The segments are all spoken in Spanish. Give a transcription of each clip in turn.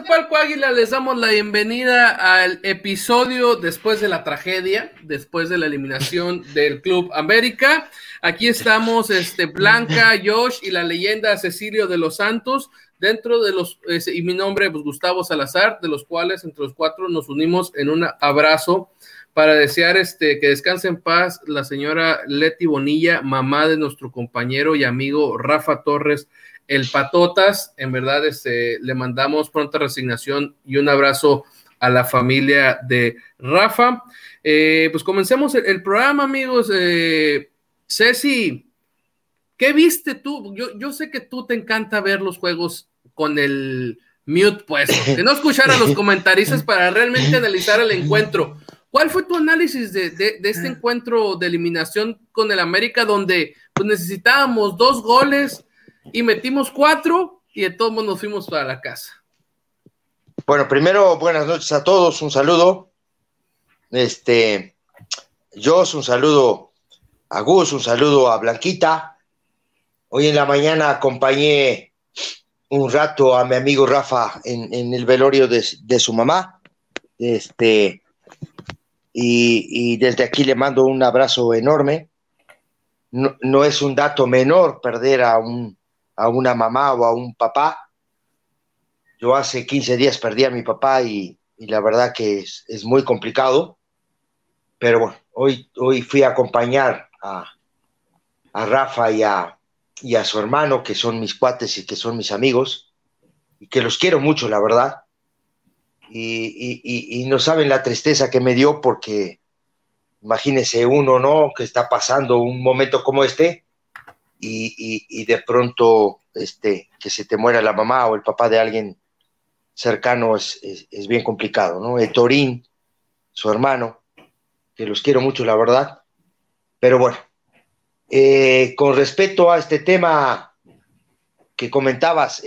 Palco Águila, les damos la bienvenida al episodio después de la tragedia, después de la eliminación del Club América. Aquí estamos, Blanca, Josh y la leyenda Cecilio de los Santos, dentro de los, y mi nombre, pues, Gustavo Salazar, de los cuales entre los cuatro nos unimos en un abrazo para desear que descanse en paz la señora Leti Bonilla, mamá de nuestro compañero y amigo Rafa Torres, el Patotas. En verdad, le mandamos pronta resignación y un abrazo a la familia de Rafa. Pues comencemos el programa, amigos. Ceci, ¿qué viste tú? Yo sé que tú te encanta ver los juegos con el mute puesto, que no escuchar a los comentaristas para realmente analizar el encuentro. ¿Cuál fue tu análisis de este encuentro de eliminación con el América, donde pues necesitábamos 2 goles y metimos 4 y de todos modos nos fuimos para la casa? Bueno, primero, buenas noches a todos, un saludo. Josh, un saludo a Gus, un saludo a Blanquita. Hoy en la mañana acompañé un rato a mi amigo Rafa en el velorio de su mamá. Y desde aquí le mando un abrazo enorme. No es un dato menor perder a una mamá o a un papá. Yo hace 15 días perdí a mi papá y la verdad que es muy complicado. Pero bueno, hoy fui a acompañar a Rafa y a su hermano, que son mis cuates y que son mis amigos, y que los quiero mucho, la verdad. Y no saben la tristeza que me dio, porque imagínese uno, ¿no?, que está pasando un momento como y de pronto que se te muera la mamá o el papá de alguien cercano es bien complicado, ¿no? Torín, su hermano, que los quiero mucho, la verdad. Pero bueno, con respecto a este tema que comentabas,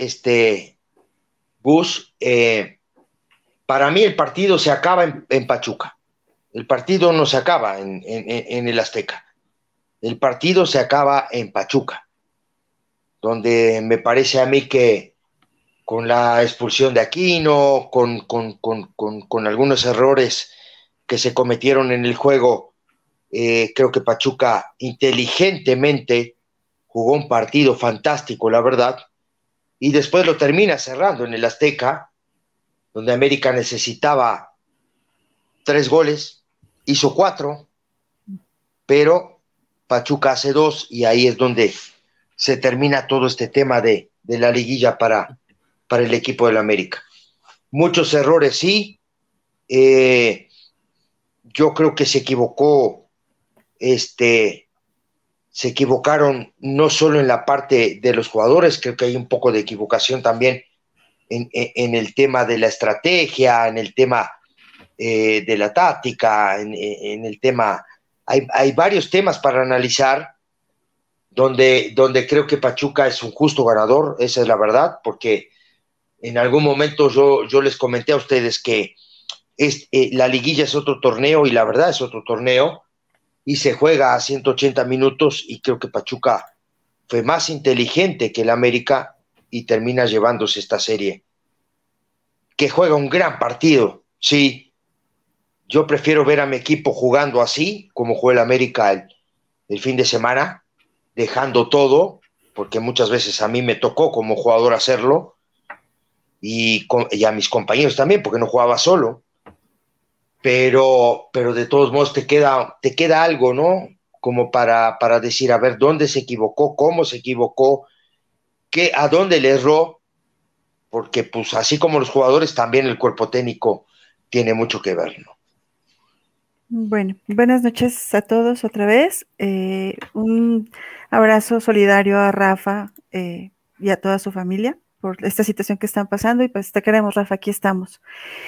Gus, para mí el partido se acaba en Pachuca. El partido no se acaba en el Azteca. El partido se acaba en Pachuca, donde me parece a mí que con la expulsión de Aquino, con algunos errores que se cometieron en el juego, creo que Pachuca inteligentemente jugó un partido fantástico, la verdad, y después lo termina cerrando en el Azteca, donde América necesitaba 3 goles, hizo 4, pero Pachuca hace 2, y ahí es donde se termina todo este tema de la liguilla para el equipo del América. Muchos errores, sí. Yo creo que se equivocaron no solo en la parte de los jugadores, creo que hay un poco de equivocación también en el tema de la estrategia, en el tema de la táctica, en el tema, hay varios temas para analizar, donde creo que Pachuca es un justo ganador, esa es la verdad, porque en algún momento yo les comenté a ustedes que la liguilla es otro torneo, y la verdad es otro torneo, y se juega a 180 minutos, y creo que Pachuca fue más inteligente que el América y termina llevándose esta serie. Que juega un gran partido, sí. Yo prefiero ver a mi equipo jugando así, como jugó el América el fin de semana, dejando todo, porque muchas veces a mí me tocó como jugador hacerlo, y a mis compañeros también, porque no jugaba solo. Pero de todos modos te queda algo, ¿no? Como para decir, a ver, ¿dónde se equivocó? ¿Cómo se equivocó? ¿A dónde le erró? Porque pues así como los jugadores, también el cuerpo técnico tiene mucho que ver, ¿no? Bueno, buenas noches a todos otra vez. Un abrazo solidario a Rafa y a toda su familia por esta situación que están pasando, y pues te queremos, Rafa, aquí estamos.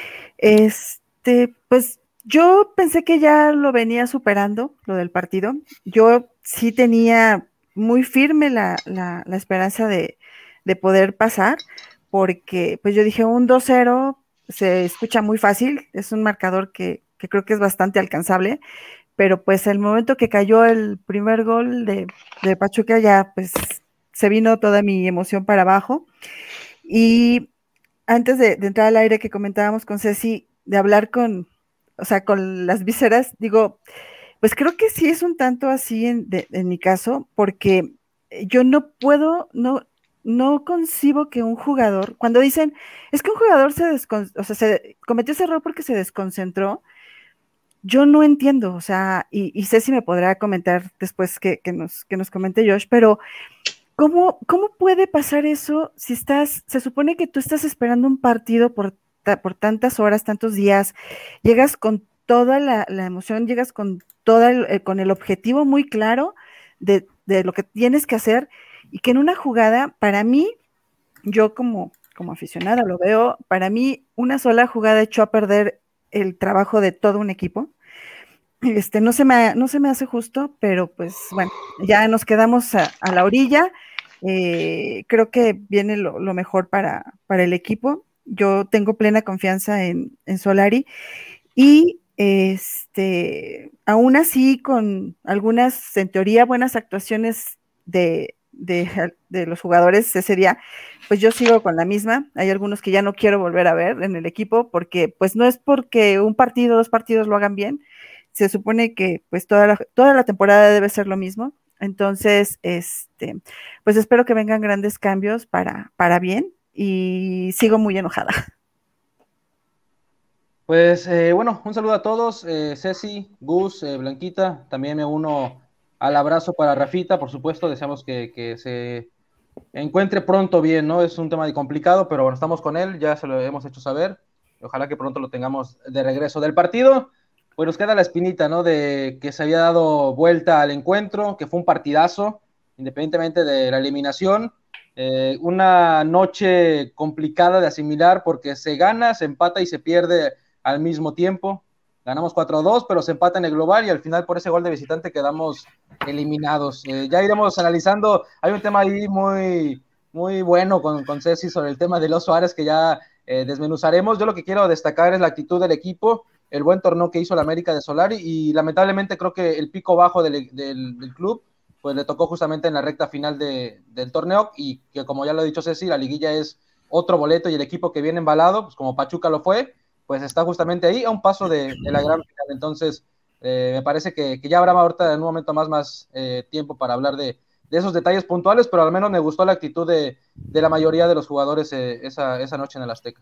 Pues yo pensé que ya lo venía superando, lo del partido. Yo sí tenía muy firme la esperanza de poder pasar, porque pues yo dije, un 2-0 se escucha muy fácil, es un marcador que creo que es bastante alcanzable, pero pues el momento que cayó el primer gol de Pachuca, ya pues se vino toda mi emoción para abajo. Y antes de entrar al aire que comentábamos con Ceci, de hablar con las vísceras, digo, pues creo que sí es un tanto así en mi caso, porque yo no puedo, no concibo que un jugador, cuando dicen, es que un jugador se cometió ese error porque se desconcentró, yo no entiendo, o sea, y Ceci me podrá comentar después que nos comente Josh, pero ¿cómo puede pasar eso si se supone que tú estás esperando un partido por tantas horas, tantos días, llegas con toda la emoción, llegas con con el objetivo muy claro de lo que tienes que hacer y que en una jugada, para mí, yo como aficionada lo veo, para mí una sola jugada echó a perder el trabajo de todo un equipo. No se me hace justo, pero pues bueno, ya nos quedamos a la orilla. Creo que viene lo mejor para el equipo. Yo tengo plena confianza en Solari y aún así con algunas, en teoría, buenas actuaciones de los jugadores ese día, pues yo sigo con la misma. Hay algunos que ya no quiero volver a ver en el equipo porque pues no es porque un partido, dos partidos lo hagan bien, se supone que pues toda la temporada debe ser lo mismo. Entonces, pues espero que vengan grandes cambios para bien y sigo muy enojada. Pues bueno, un saludo a todos, Ceci, Gus, Blanquita, también me uno al abrazo para Rafita, por supuesto, deseamos que se encuentre pronto bien, ¿no? Es un tema complicado, pero bueno, estamos con él, ya se lo hemos hecho saber, ojalá que pronto lo tengamos de regreso del partido. Pues nos queda la espinita, ¿no? De que se había dado vuelta al encuentro, que fue un partidazo, independientemente de la eliminación. Una noche complicada de asimilar porque se gana, se empata y se pierde al mismo tiempo. Ganamos 4-2, pero se empata en el global y al final por ese gol de visitante quedamos eliminados. Ya iremos analizando. Hay un tema ahí muy, muy bueno con Ceci sobre el tema de los Suárez que ya desmenuzaremos. Yo lo que quiero destacar es la actitud del equipo, el buen torneo que hizo la América de Solari y lamentablemente creo que el pico bajo del club pues le tocó justamente en la recta final del torneo y que como ya lo ha dicho Ceci, la liguilla es otro boleto y el equipo que viene embalado, pues como Pachuca lo fue, pues está justamente ahí a un paso de la gran final. Entonces, me parece que ya habrá ahorita en un momento más tiempo para hablar de esos detalles puntuales, pero al menos me gustó la actitud de la mayoría de los jugadores esa noche en el Azteca.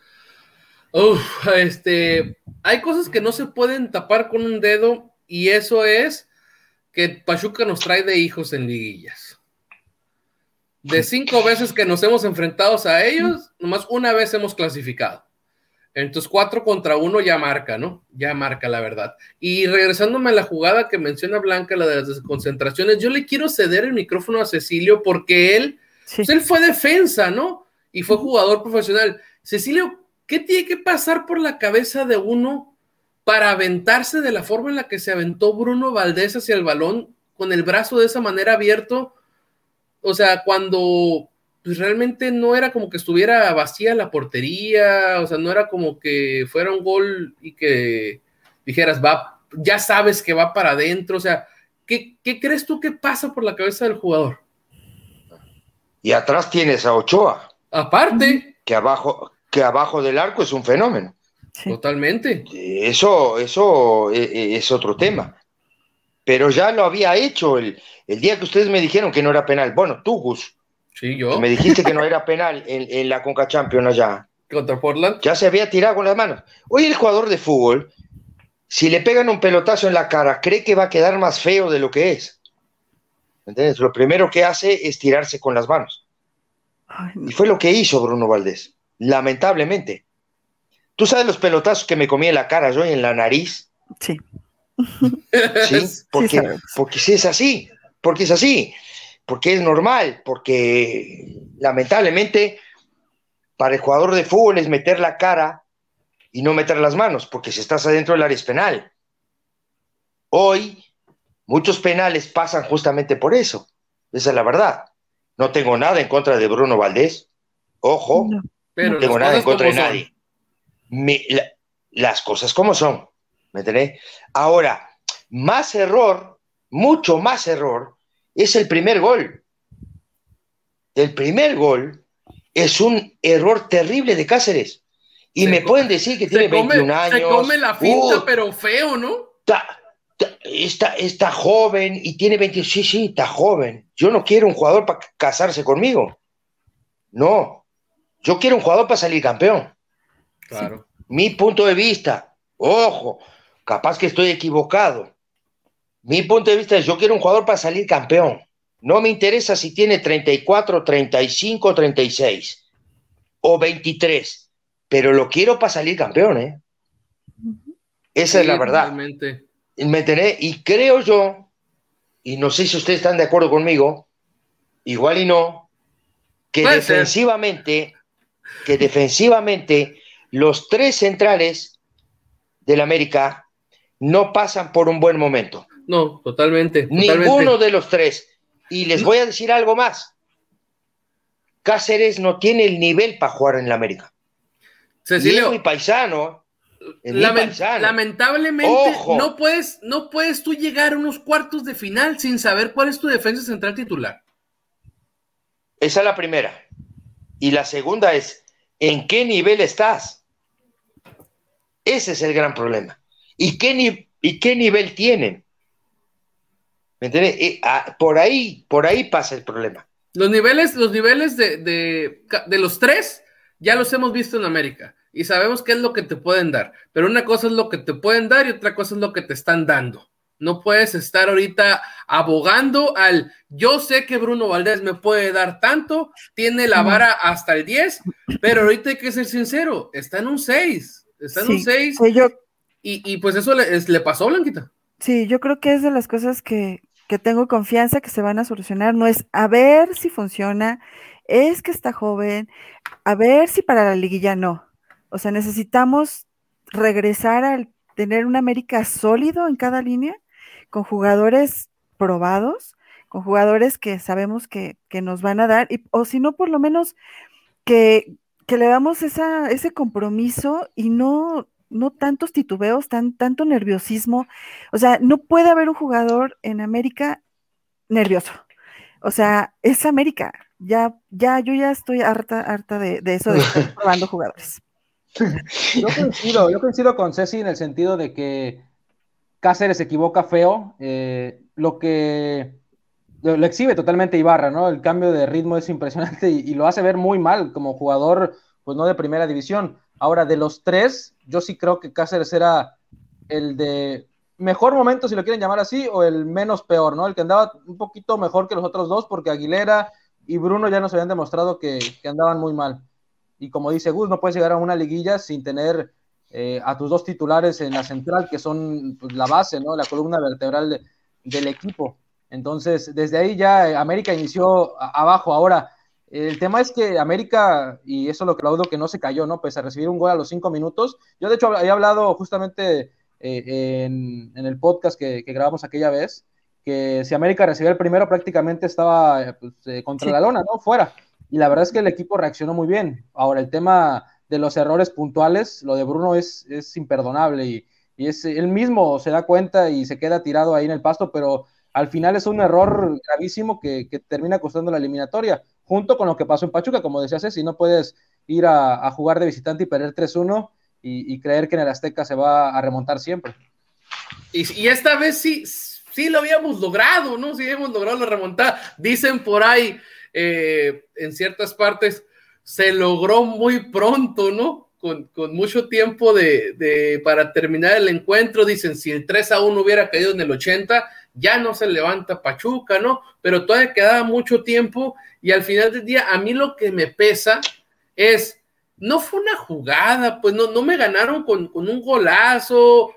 Hay cosas que no se pueden tapar con un dedo y eso es que Pachuca nos trae de hijos en liguillas. De 5 veces que nos hemos enfrentado a ellos, nomás una vez hemos clasificado. Entonces 4-1 ya marca, ¿no? Ya marca la verdad. Y regresándome a la jugada que menciona Blanca, la de las desconcentraciones, yo le quiero ceder el micrófono a Cecilio porque él fue defensa, ¿no? Y fue jugador profesional. Cecilio, ¿qué tiene que pasar por la cabeza de uno para aventarse de la forma en la que se aventó Bruno Valdés hacia el balón con el brazo de esa manera abierto? O sea, cuando pues realmente no era como que estuviera vacía la portería, o sea, no era como que fuera un gol y que dijeras, ya sabes que va para adentro, o sea, ¿qué crees tú que pasa por la cabeza del jugador? Y atrás tienes a Ochoa. Aparte. Que abajo del arco es un fenómeno. Sí. Totalmente. Eso es otro tema. Pero ya lo había hecho el día que ustedes me dijeron que no era penal. Bueno, tú, Gus. Sí, yo. Que me dijiste que no era penal en la Conca Champions allá. Contra Portland. Ya se había tirado con las manos. Hoy el jugador de fútbol, si le pegan un pelotazo en la cara, cree que va a quedar más feo de lo que es. ¿Entiendes? Lo primero que hace es tirarse con las manos. Ay, no. Y fue lo que hizo Bruno Valdés, lamentablemente. ¿Tú sabes los pelotazos que me comí en la cara yo y en la nariz? Sí. Sí, porque sí es así, porque es así, porque es normal, porque lamentablemente para el jugador de fútbol es meter la cara y no meter las manos, porque si estás adentro del área es penal. Hoy muchos penales pasan justamente por eso, esa es la verdad. No tengo nada en contra de Bruno Valdés, ojo, no tengo nada en contra de nadie. Las cosas como son, ¿me entendés? Ahora, más error, mucho más error, es el primer gol. El primer gol es un error terrible de Cáceres. Y me pueden decir que tiene 21 años. Se come la finta, pero feo, ¿no? Está joven y tiene 20. Sí, está joven. Yo no quiero un jugador para casarse conmigo. No. Yo quiero un jugador para salir campeón. Claro. Mi punto de vista. Ojo, capaz que estoy equivocado. Mi punto de vista es: yo quiero un jugador para salir campeón. No me interesa si tiene 34, 35, 36 o 23, pero lo quiero para salir campeón, ¿eh? Esa es la verdad. Totalmente. ¿Me entendés? Y creo yo, y no sé si ustedes están de acuerdo conmigo, igual y no, que defensivamente los tres centrales del América no pasan por un buen momento. No, totalmente. Ninguno de los tres. Y les voy a decir algo más. Cáceres no tiene el nivel para jugar en la América. Cecilio, y es mi paisano. Lamentablemente, ojo, no puedes tú llegar a unos cuartos de final sin saber cuál es tu defensa central titular. Esa es la primera. Y la segunda es: ¿en qué nivel estás? Ese es el gran problema. ¿Y qué nivel tienen? ¿Me entiendes? Por ahí pasa el problema. Los niveles de los tres ya los hemos visto en América y sabemos qué es lo que te pueden dar, pero una cosa es lo que te pueden dar y otra cosa es lo que te están dando. No puedes estar ahorita abogando yo sé que Bruno Valdés me puede dar tanto, tiene la vara hasta el 10, pero ahorita hay que ser sincero, está en un 6, y pues eso le pasó, Blanquita. Sí, yo creo que es de las cosas que tengo confianza que se van a solucionar. No es a ver si funciona, es que está joven, a ver si para la liguilla no. O sea, necesitamos regresar al tener un América sólido en cada línea, con jugadores probados, con jugadores que sabemos que nos van a dar, o si no, por lo menos que le damos ese compromiso y no tantos titubeos, tanto nerviosismo. O sea, no puede haber un jugador en América nervioso. O sea, es América. Yo ya estoy harta de eso de estar probando jugadores. Yo coincido con Ceci en el sentido de que Cáceres se equivoca feo. Lo exhibe totalmente Ibarra, ¿no? El cambio de ritmo es impresionante y lo hace ver muy mal como jugador, pues no de primera división. Ahora, de los tres, yo sí creo que Cáceres era el de mejor momento, si lo quieren llamar así, o el menos peor, ¿no? El que andaba un poquito mejor que los otros dos, porque Aguilera y Bruno ya nos habían demostrado que andaban muy mal. Y como dice Gus, no puedes llegar a una liguilla sin tener a tus dos titulares en la central, que son pues, la base, ¿no? La columna vertebral del equipo. Entonces, desde ahí ya América inició abajo. Ahora, el tema es que América, y eso lo aplaudo, que no se cayó, ¿no? Pese a recibir un gol a los 5 minutos. Yo, de hecho, había hablado justamente en el podcast que grabamos aquella vez, que si América recibía el primero, prácticamente estaba contra la lona, ¿no? Fuera. Y la verdad es que el equipo reaccionó muy bien. Ahora, el tema de los errores puntuales, lo de Bruno es imperdonable y él mismo se da cuenta y se queda tirado ahí en el pasto, pero al final es un error gravísimo que termina costando la eliminatoria, junto con lo que pasó en Pachuca, como decía Ceci, no puedes ir a jugar de visitante y perder 3-1 y creer que en el Azteca se va a remontar siempre. Y esta vez sí lo habíamos logrado, ¿no? Sí hemos logrado la remontada. Dicen por ahí, en ciertas partes, se logró muy pronto, ¿no? Con mucho tiempo para terminar el encuentro. Dicen, si el 3-1 hubiera caído en el 80, ya no se levanta Pachuca, ¿no? Pero todavía quedaba mucho tiempo y al final del día, a mí lo que me pesa es, no fue una jugada, pues no me ganaron con un golazo,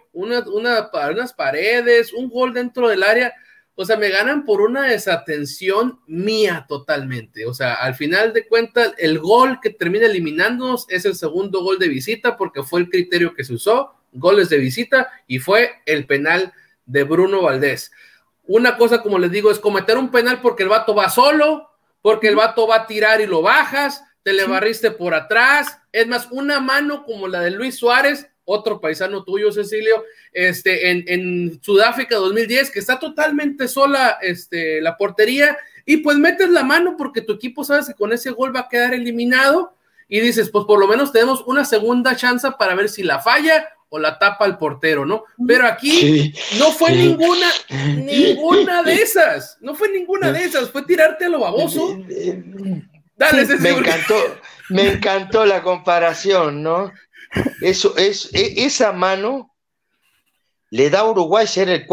unas paredes, un gol dentro del área. O sea, me ganan por una desatención mía totalmente. O sea, al final de cuentas, el gol que termina eliminándonos es el segundo gol de visita porque fue el criterio que se usó, goles de visita, y fue el penal de Bruno Valdés. Una cosa, como les digo, es cometer un penal porque el vato va solo, porque el vato va a tirar y lo bajas, te le barriste por atrás. Es más, una mano como la de Luis Suárez, otro paisano tuyo, Cecilio, en Sudáfrica 2010, que está totalmente sola la portería, y pues metes la mano porque tu equipo sabes que con ese gol va a quedar eliminado y dices, pues por lo menos tenemos una segunda chance para ver si la falla o la tapa el portero, ¿no? Pero aquí no fue ninguna de esas, fue tirarte a lo baboso. Dale, sí, me encantó la comparación, ¿no? Esa mano le da a Uruguay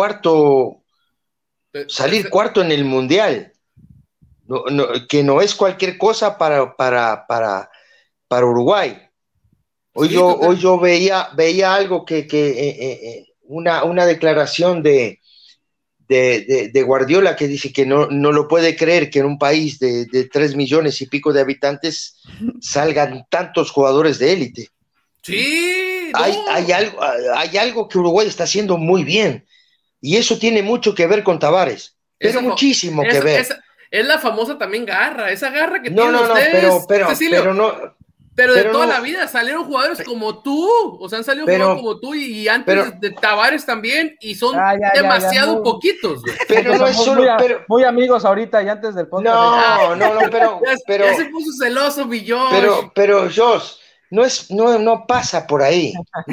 salir cuarto en el Mundial. Que no es cualquier cosa para Uruguay. Hoy yo veía algo una declaración de Guardiola que dice que no lo puede creer que en un país de 3 millones y pico de habitantes salgan tantos jugadores de élite. Sí, no. Hay algo que Uruguay está haciendo muy bien y eso tiene mucho que ver con Tavares, pero muchísimo que ver. Es la famosa también garra, esa garra que tienen ustedes. Pero de toda la vida salieron jugadores como tú, o sea, han salido jugadores como tú y antes de Tavares también, y son demasiado poquitos. Pero no es solo... Muy amigos ahorita y antes del podcast. Pero... Ya se puso celoso, Josh. Pero Josh, no pasa por ahí,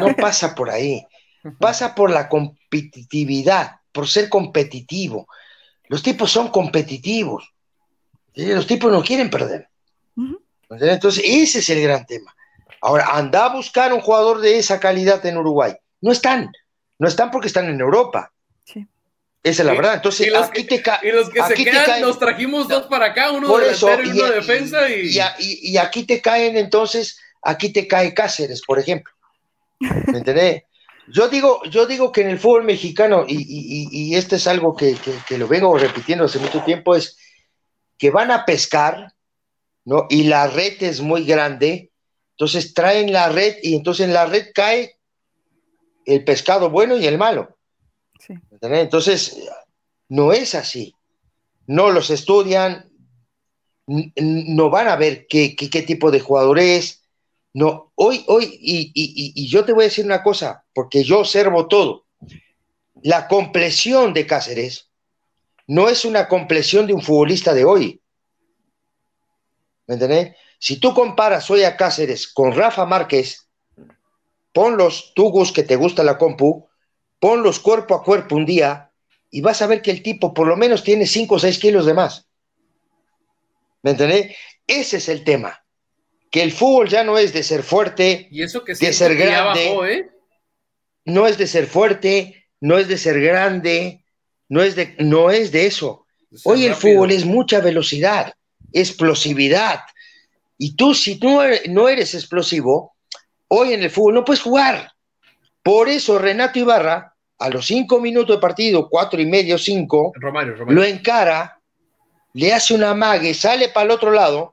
pasa por la competitividad, por ser competitivo. Los tipos son competitivos, los tipos no quieren perder. Entonces ese es el gran tema. Ahora, anda a buscar un jugador de esa calidad en Uruguay. No están porque están en Europa. Sí. Esa es la verdad. Entonces, y los que se quedan, nos trajimos dos para acá, uno delantero y uno defensa. Y aquí te caen, entonces, aquí te cae Cáceres, por ejemplo. ¿Me entendés? Yo digo que en el fútbol mexicano, y esto es algo que lo vengo repitiendo hace mucho tiempo, es que van a pescar, ¿no? Y la red es muy grande, entonces traen la red y entonces en la red cae el pescado bueno y el malo. Sí. Entonces, no es así. No los estudian, no van a ver qué tipo de jugador es. No, hoy, y yo te voy a decir una cosa, porque yo observo todo. La compleción de Cáceres no es una compleción de un futbolista de hoy. ¿Me entendés? Si tú comparas hoy a Cáceres con Rafa Márquez, ponlos, tú Gus, que te gusta la compu, ponlos cuerpo a cuerpo un día y vas a ver que el tipo por lo menos tiene 5 o 6 kilos de más. ¿Me entendés? Ese es el tema. Que el fútbol ya no es de ser fuerte, y eso que de ser grande, bajó, ¿eh? No es de ser fuerte, no es de ser grande, no es de eso. Hoy el fútbol es mucha velocidad, explosividad, y tú si tú no eres explosivo, hoy en el fútbol no puedes jugar. Por eso Renato Ibarra, a los 5 minutos de partido, 4 y medio, 5, Romario. lo encara, le hace una amague, sale para el otro lado,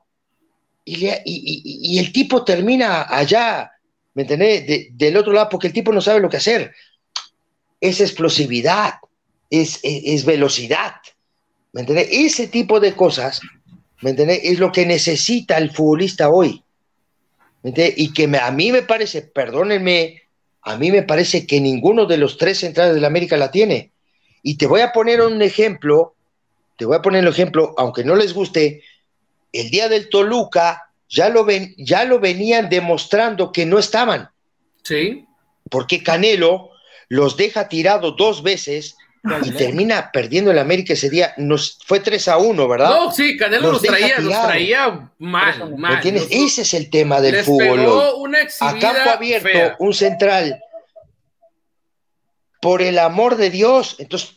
y el tipo termina allá, ¿me entendés? Del otro lado, porque el tipo no sabe lo que hacer. Es explosividad, es velocidad, ¿me entendés? Ese tipo de cosas, ¿me entendés? Es lo que necesita el futbolista hoy, ¿me entendés? Y que a mí me parece, perdónenme, a mí me parece que ninguno de los 3 centrales de la América la tiene. Y te voy a poner un ejemplo, aunque no les guste. El día del Toluca ya lo venían demostrando que no estaban. Sí. Porque Canelo los deja tirados 2 veces y termina perdiendo el América ese día. Fue 3-1, ¿verdad? No, sí, Canelo los traía mal. ¿Entiendes? Ese es el tema del fútbol. Pegó una a campo abierto, fea. Un central. Por el amor de Dios. Entonces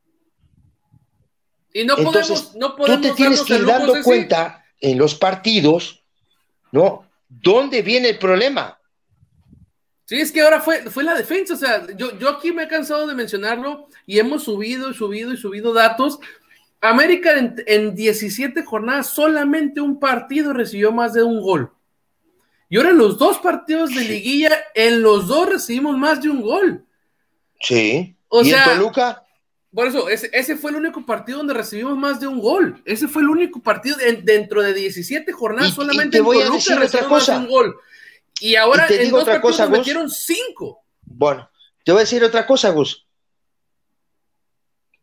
tú te tienes que ir dando cuenta en los partidos, ¿no? ¿Dónde viene el problema? Sí, es que ahora fue la defensa. O sea, yo aquí me he cansado de mencionarlo y hemos subido datos. América en 17 jornadas solamente un partido recibió más de un gol. Y ahora en los 2 partidos de liguilla, en los 2 recibimos más de un gol. Sí. ¿Y en Toluca? Por eso, ese fue el único partido donde recibimos más de un gol. Ese fue el único partido dentro de 17 jornadas solamente en Toluca recibimos más de un gol. Y ahora en 2 partidos nos metieron 5. Bueno, te voy a decir otra cosa, Gus.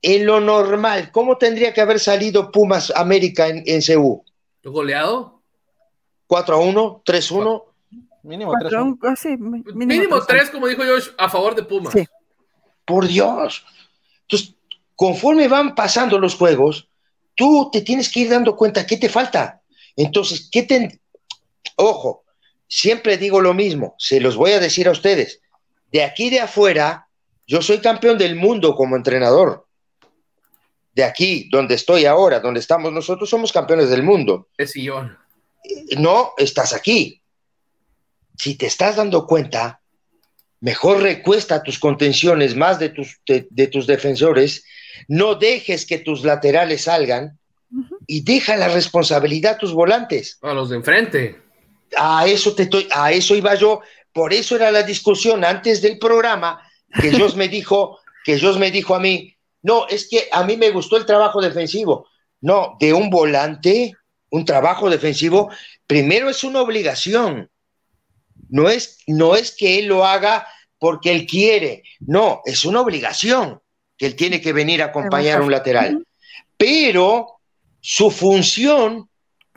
en lo normal, ¿cómo tendría que haber salido Pumas América en CU? ¿Goleado? 4-1, 3-1. Mínimo 3-1. Sí, Mínimo 3, como dijo Josh, a favor de Pumas. Sí. Por Dios. Entonces, conforme van pasando los juegos, tú te tienes que ir dando cuenta qué te falta. Entonces, ojo, siempre digo lo mismo, se los voy a decir a ustedes. De aquí de afuera, yo soy campeón del mundo como entrenador. De aquí, donde estoy ahora, donde estamos nosotros, somos campeones del mundo. Es sillón. No, estás aquí. Si te estás dando cuenta, mejor recuesta tus contenciones más de tus defensores, no dejes que tus laterales salgan y deja la responsabilidad a tus volantes. A los de enfrente. A eso iba yo, por eso era la discusión antes del programa, que Josh me dijo a mí, no, es que a mí me gustó el trabajo defensivo. No, de un volante, un trabajo defensivo, primero es una obligación. No es que él lo haga porque él quiere, no, es una obligación que él tiene que venir a acompañar a un lateral. Pero su función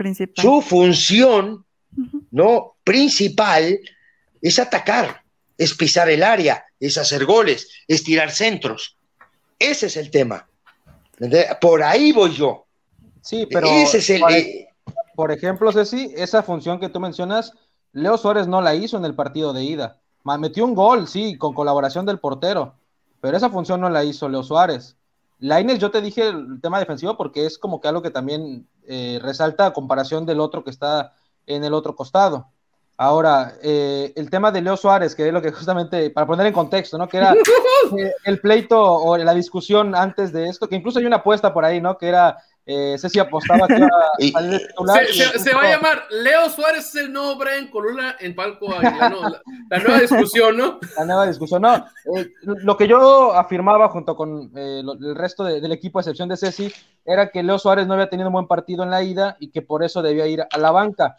¿no? principal es atacar, es pisar el área, es hacer goles, es tirar centros. Ese es el tema. Por ahí voy yo. Sí, pero ese es por ejemplo, Ceci, esa función que tú mencionas, Leo Suárez no la hizo en el partido de ida. Metió un gol, sí, con colaboración del portero, pero esa función no la hizo Leo Suárez. Lainez, yo te dije el tema defensivo porque es como que algo que también resalta a comparación del otro que está en el otro costado. Ahora, el tema de Leo Suárez, que es lo que justamente, para poner en contexto, ¿no? Que era el pleito o la discusión antes de esto, que incluso hay una apuesta por ahí, ¿no? Que era, Ceci apostaba que iba a salir de titular. Se va a llamar Leo Suárez es el nuevo Brian Colula en palco, la nueva discusión, ¿no? La nueva discusión, no. Lo que yo afirmaba junto con el resto del equipo, a excepción de Ceci, era que Leo Suárez no había tenido un buen partido en la ida y que por eso debía ir a la banca.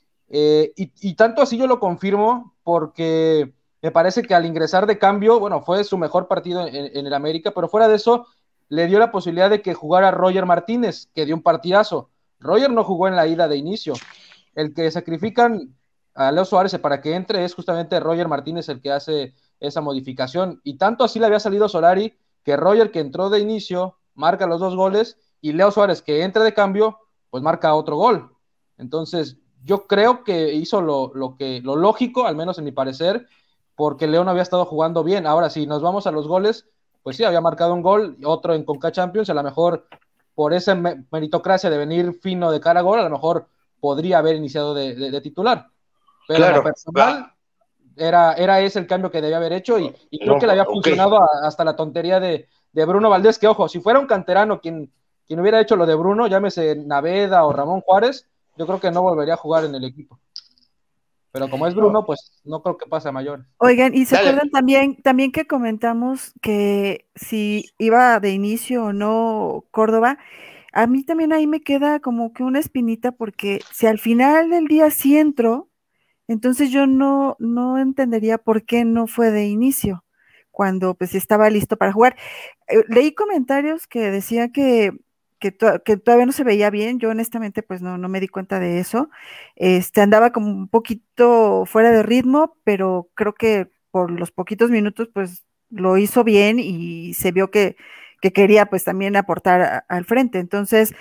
Y tanto así yo lo confirmo porque me parece que al ingresar de cambio, bueno, fue su mejor partido en el América, pero fuera de eso le dio la posibilidad de que jugara Roger Martínez, que dio un partidazo. Roger no jugó en la ida de inicio. El que sacrifican a Leo Suárez para que entre es justamente Roger Martínez el que hace esa modificación, y tanto así le había salido Solari que Roger, que entró de inicio, marca los 2 goles, y Leo Suárez, que entra de cambio, pues marca otro gol. Entonces yo creo que hizo lo lógico, al menos en mi parecer, porque Leo no había estado jugando bien. Ahora, si nos vamos a los goles, pues sí, había marcado un gol, otro en Conca Champions, a lo mejor por esa meritocracia de venir fino de cara a gol, a lo mejor podría haber iniciado de titular. Pero claro, en lo personal, era ese el cambio que debía haber hecho, y creo que le había funcionado hasta la tontería de Bruno Valdés, que ojo, si fuera un canterano quien hubiera hecho lo de Bruno, llámese Naveda o Ramón Juárez, yo creo que no volvería a jugar en el equipo. Pero como es Bruno, pues no creo que pase a mayores. Oigan, ¿y se acuerdan también que comentamos que si iba de inicio o no Córdoba? A mí también ahí me queda como que una espinita, porque si al final del día sí entró, entonces yo no entendería por qué no fue de inicio, cuando pues estaba listo para jugar. Leí comentarios que decían que todavía no se veía bien. Yo honestamente pues no me di cuenta de eso. Andaba como un poquito fuera de ritmo, pero creo que por los poquitos minutos pues lo hizo bien y se vio que quería pues también aportar al frente. Entonces,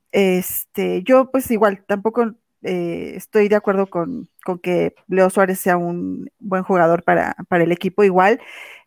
yo pues igual tampoco estoy de acuerdo con que Leo Suárez sea un buen jugador para el equipo. Igual,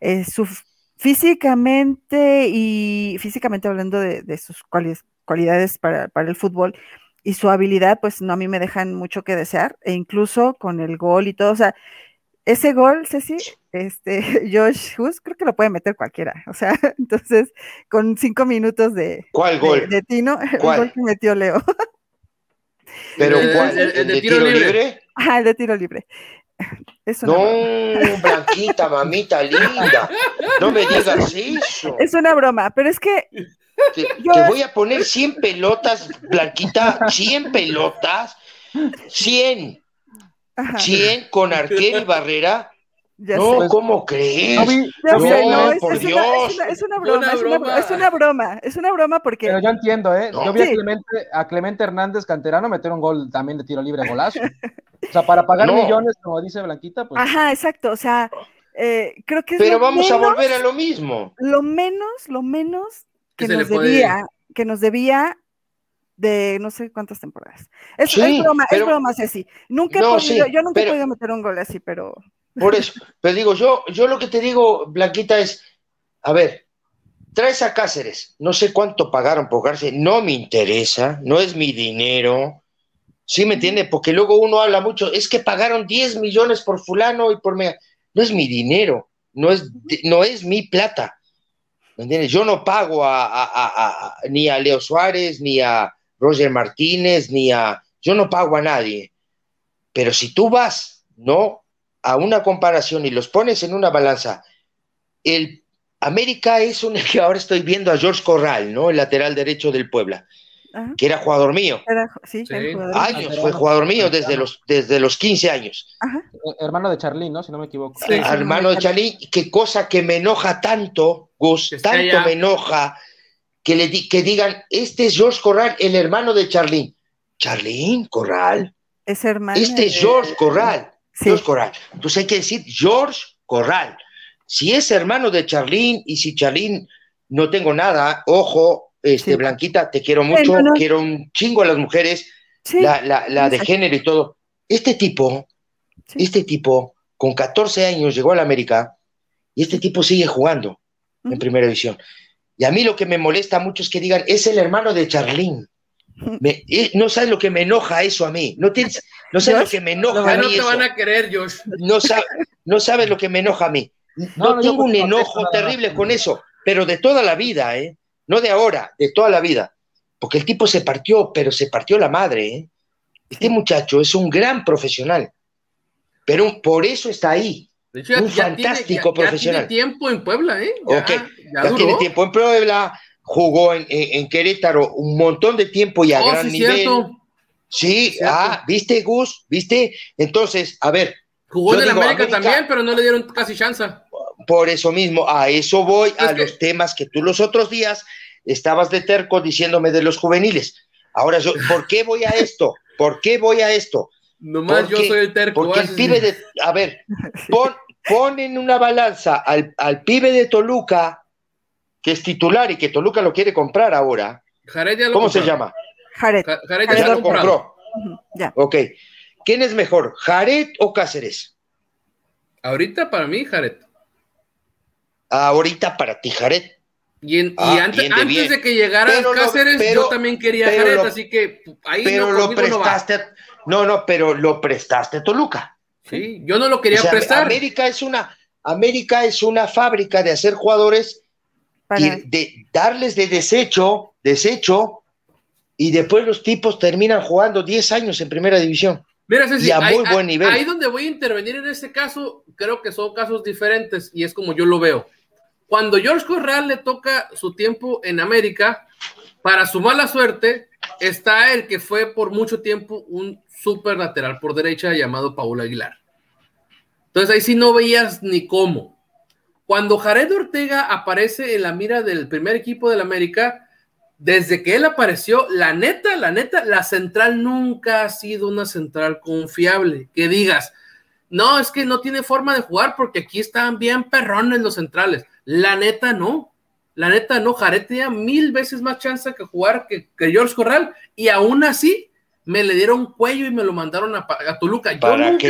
físicamente hablando de sus cualidades para el fútbol y su habilidad, pues no, a mí me dejan mucho que desear, e incluso con el gol y todo. O sea, ese gol, Ceci, Josh Hus, creo que lo puede meter cualquiera. O sea, entonces, con 5 minutos ¿Cuál gol? De Tino, ¿Cuál? El gol que metió Leo. ¿Pero cuál? ¿El de tiro libre? Ah, el de tiro libre. No, Blanquita, mamita linda, no me digas eso. Es una broma, pero es que te voy a poner 100 pelotas, Blanquita, 100 pelotas, 100 con arquero y barrera, No, Pues, ¿cómo crees? Ya sé, No, es, por es Dios. es una broma, es una broma porque... pero yo entiendo, ¿eh? No. Yo vi Sí. a Clemente Hernández Canterano meter un gol también de tiro libre, golazo. O sea, para pagar No. millones, como dice Blanquita, pues. Ajá, exacto, o sea, creo que es Pero vamos a volver a lo mismo. lo menos Que que se le nos debía de no sé cuántas temporadas. Es Sí, es pero broma, Ceci. Nunca he no, podido, sí, yo nunca he pero podido meter un gol así, pero por eso. Pero digo, yo lo que te digo, Blanquita, es, a ver, traes a Cáceres, no sé cuánto pagaron por Cáceres, no me interesa, no es mi dinero. ¿Sí me entiende? Porque luego uno habla mucho, es que pagaron 10 millones por fulano y por mí. No es mi dinero, no es mi plata. ¿Me entiendes? Yo no pago ni a Leo Suárez, ni a Roger Martínez, yo no pago a nadie. Pero si tú vas, ¿no? A una comparación y los pones en una balanza, el América es un que ahora estoy viendo a George Corral, ¿no? El lateral derecho del Puebla, ajá, que era jugador mío. sí, Sí. el jugador. Años fue jugador mío desde los 15 años. Ajá, Hermano de Charly, ¿no? Si no me equivoco. Sí. Hermano de Chalí, qué cosa que me enoja tanto, Gus, Que esté tanto allá. me enoja que digan, este es George Corral, el hermano de Charlín. Charlín Corral, es hermana este es George Corral, sí. George Corral. Entonces hay que decir George Corral. Si es hermano de Charlín y si Charlín, no tengo nada, ojo, Sí. Blanquita, te quiero mucho, no. quiero un chingo a las mujeres, Sí, la de género y todo. Este tipo con 14 años llegó a la América y este tipo sigue jugando en primera división. Y a mí lo que me molesta mucho es que digan, es el hermano de Charlín. No sabes lo que me enoja eso a mí. No sabes lo que me enoja a Ya no mí te eso. van a querer, Josh. No sabes lo que me enoja a mí. No, Tengo un yo enojo terrible con eso, pero de toda la vida, ¿eh? No de ahora, de toda la vida. Porque el tipo se partió, pero se partió la madre, ¿eh? Este muchacho es un gran profesional, pero por eso está ahí. De hecho, Un fantástico profesional. Ya tiene tiempo en Puebla, ¿eh? Ya tiene tiempo en Puebla, jugó en Querétaro un montón de tiempo y a gran nivel. Cierto. Sí, Cierto. ¿viste, Gus? ¿Viste? Entonces, a ver. Jugó en el América también, pero no le dieron casi chance. Por eso mismo, a eso voy, los temas que tú los otros días estabas de terco diciéndome de los juveniles. Ahora, ¿por qué voy a esto? ¿Por qué voy a esto? Nomás yo soy el terco. Porque el pibe de... A ver, pon en una balanza al pibe de Toluca, que es titular y que Toluca lo quiere comprar ahora. Jared ya lo ¿Cómo compró. se llama? Jared ya lo compró. Ya. Ok. ¿Quién es mejor, Jared o Cáceres? Ahorita para mí, Jared. Ahorita para ti, Jared. Y antes de que llegara Cáceres, yo también quería a Jared, así que ahí pero lo prestaste. Pero lo prestaste a Toluca. Sí, yo no lo quería prestar. América es una fábrica de hacer jugadores y de darles de desecho, y después los tipos terminan jugando 10 años en primera división. Mira, Ceci, y a muy buen nivel. Ahí donde voy a intervenir en este caso, creo que son casos diferentes y es como yo lo veo. Cuando George Corral le toca su tiempo en América, para su mala suerte, está el que fue por mucho tiempo un super lateral por derecha llamado Paul Aguilar. Entonces ahí sí no veías ni cómo. Cuando Jared Ortega aparece en la mira del primer equipo del América, desde que él apareció, la neta, la central nunca ha sido una central confiable. Que digas, no, es que no tiene forma de jugar porque aquí están bien perrones los centrales. La neta no. Jared tenía 1000 veces más chance que jugar que George Corral y aún así me le dieron cuello y me lo mandaron a Toluca.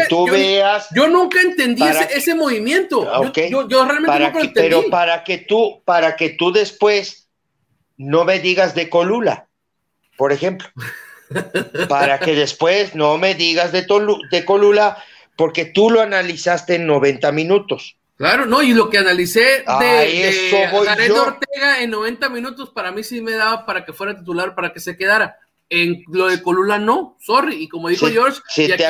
Yo nunca entendí ese movimiento. Okay. Yo realmente nunca lo entendí. Pero para que tú después no me digas de Colula, por ejemplo. Para que después no me digas de Colula, porque tú lo analizaste en 90 minutos. Claro, no, y lo que analicé de Jared yo. Ortega en 90 minutos, para mí sí me daba para que fuera titular, para que se quedara. En lo de Colula no, sorry, y como dijo George, y aquí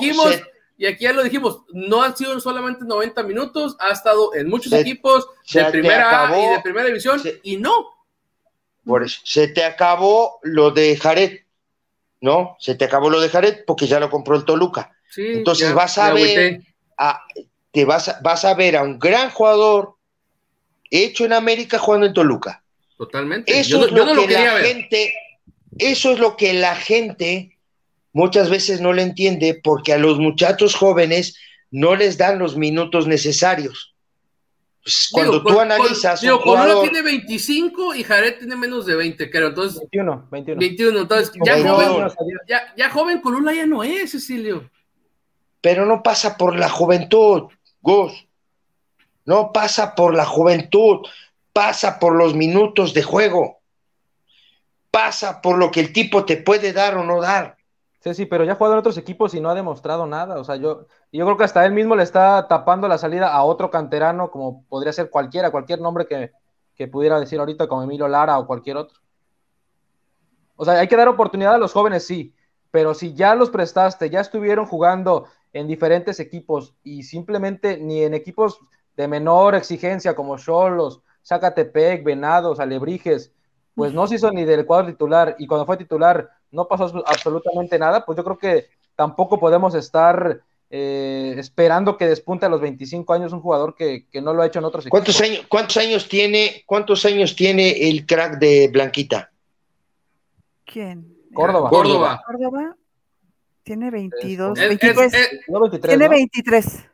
ya lo dijimos, no han sido solamente 90 minutos, ha estado en muchos equipos de primera A y de primera división, y no. Por eso, se te acabó lo de Jared, ¿no? Se te acabó lo de Jared porque ya lo compró el Toluca. Sí, entonces vas a ver, vas a ver a un gran jugador hecho en América jugando en Toluca. Totalmente. Eso yo no lo quería ver. Eso es lo que la gente muchas veces no le entiende, porque a los muchachos jóvenes no les dan los minutos necesarios. Pues cuando tú analizas un jugador... Colula tiene 25 y Jared tiene menos de 20, creo. Entonces, 21. Entonces, ya joven Colula ya no es, Cecilio. Pero no pasa por la juventud, Gus. No pasa por la juventud, pasa por los minutos de juego. Pasa por lo que el tipo te puede dar o no dar. Sí, pero ya ha jugado en otros equipos y no ha demostrado nada. O sea, yo creo que hasta él mismo le está tapando la salida a otro canterano, como podría ser cualquier nombre que pudiera decir ahorita, como Emilio Lara o cualquier otro. O sea, hay que dar oportunidad a los jóvenes, sí, pero si ya los prestaste, ya estuvieron jugando en diferentes equipos y simplemente ni en equipos de menor exigencia como Xolos, Zacatepec, Venados, Alebrijes, pues no se hizo ni del cuadro titular, y cuando fue titular no pasó absolutamente nada, pues yo creo que tampoco podemos estar esperando que despunte a los 25 años un jugador que no lo ha hecho en otros equipos. ¿Cuántos años tiene el crack de Blanquita? ¿Quién? Córdoba. Tiene 22. 23. Tiene 23.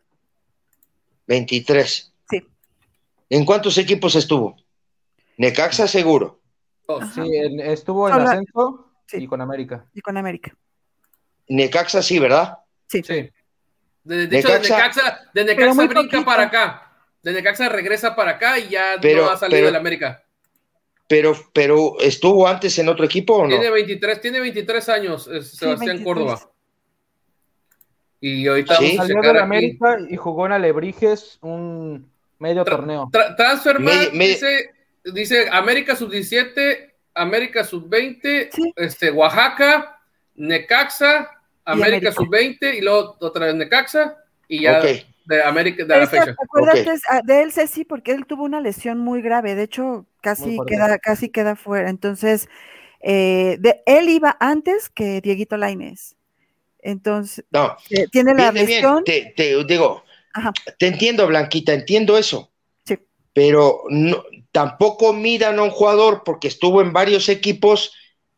23. Sí. ¿En cuántos equipos estuvo? Necaxa seguro. Sí, estuvo en ascenso, sí, y con América. Necaxa sí, ¿verdad? Sí. De Necaxa brinca para acá. De Necaxa regresa para acá y ya no ha salido del América. Pero ¿estuvo antes en otro equipo o no? Tiene 23 años, Sebastián Córdoba. Y ahorita salió de América y jugó en Alebrijes un medio torneo. Transfermarkt dice América sub-17, América sub-20, sí. Oaxaca, Necaxa, América sub-20 y luego otra vez Necaxa y ya de América de la fecha. Acuérdate de él, Ceci, porque él tuvo una lesión muy grave, de hecho casi queda fuera, entonces él iba antes que Dieguito Lainez. Entonces, tiene la lesión. Te digo, te entiendo, Blanquita, entiendo eso. Sí. Pero no, tampoco midan a un jugador porque estuvo en varios equipos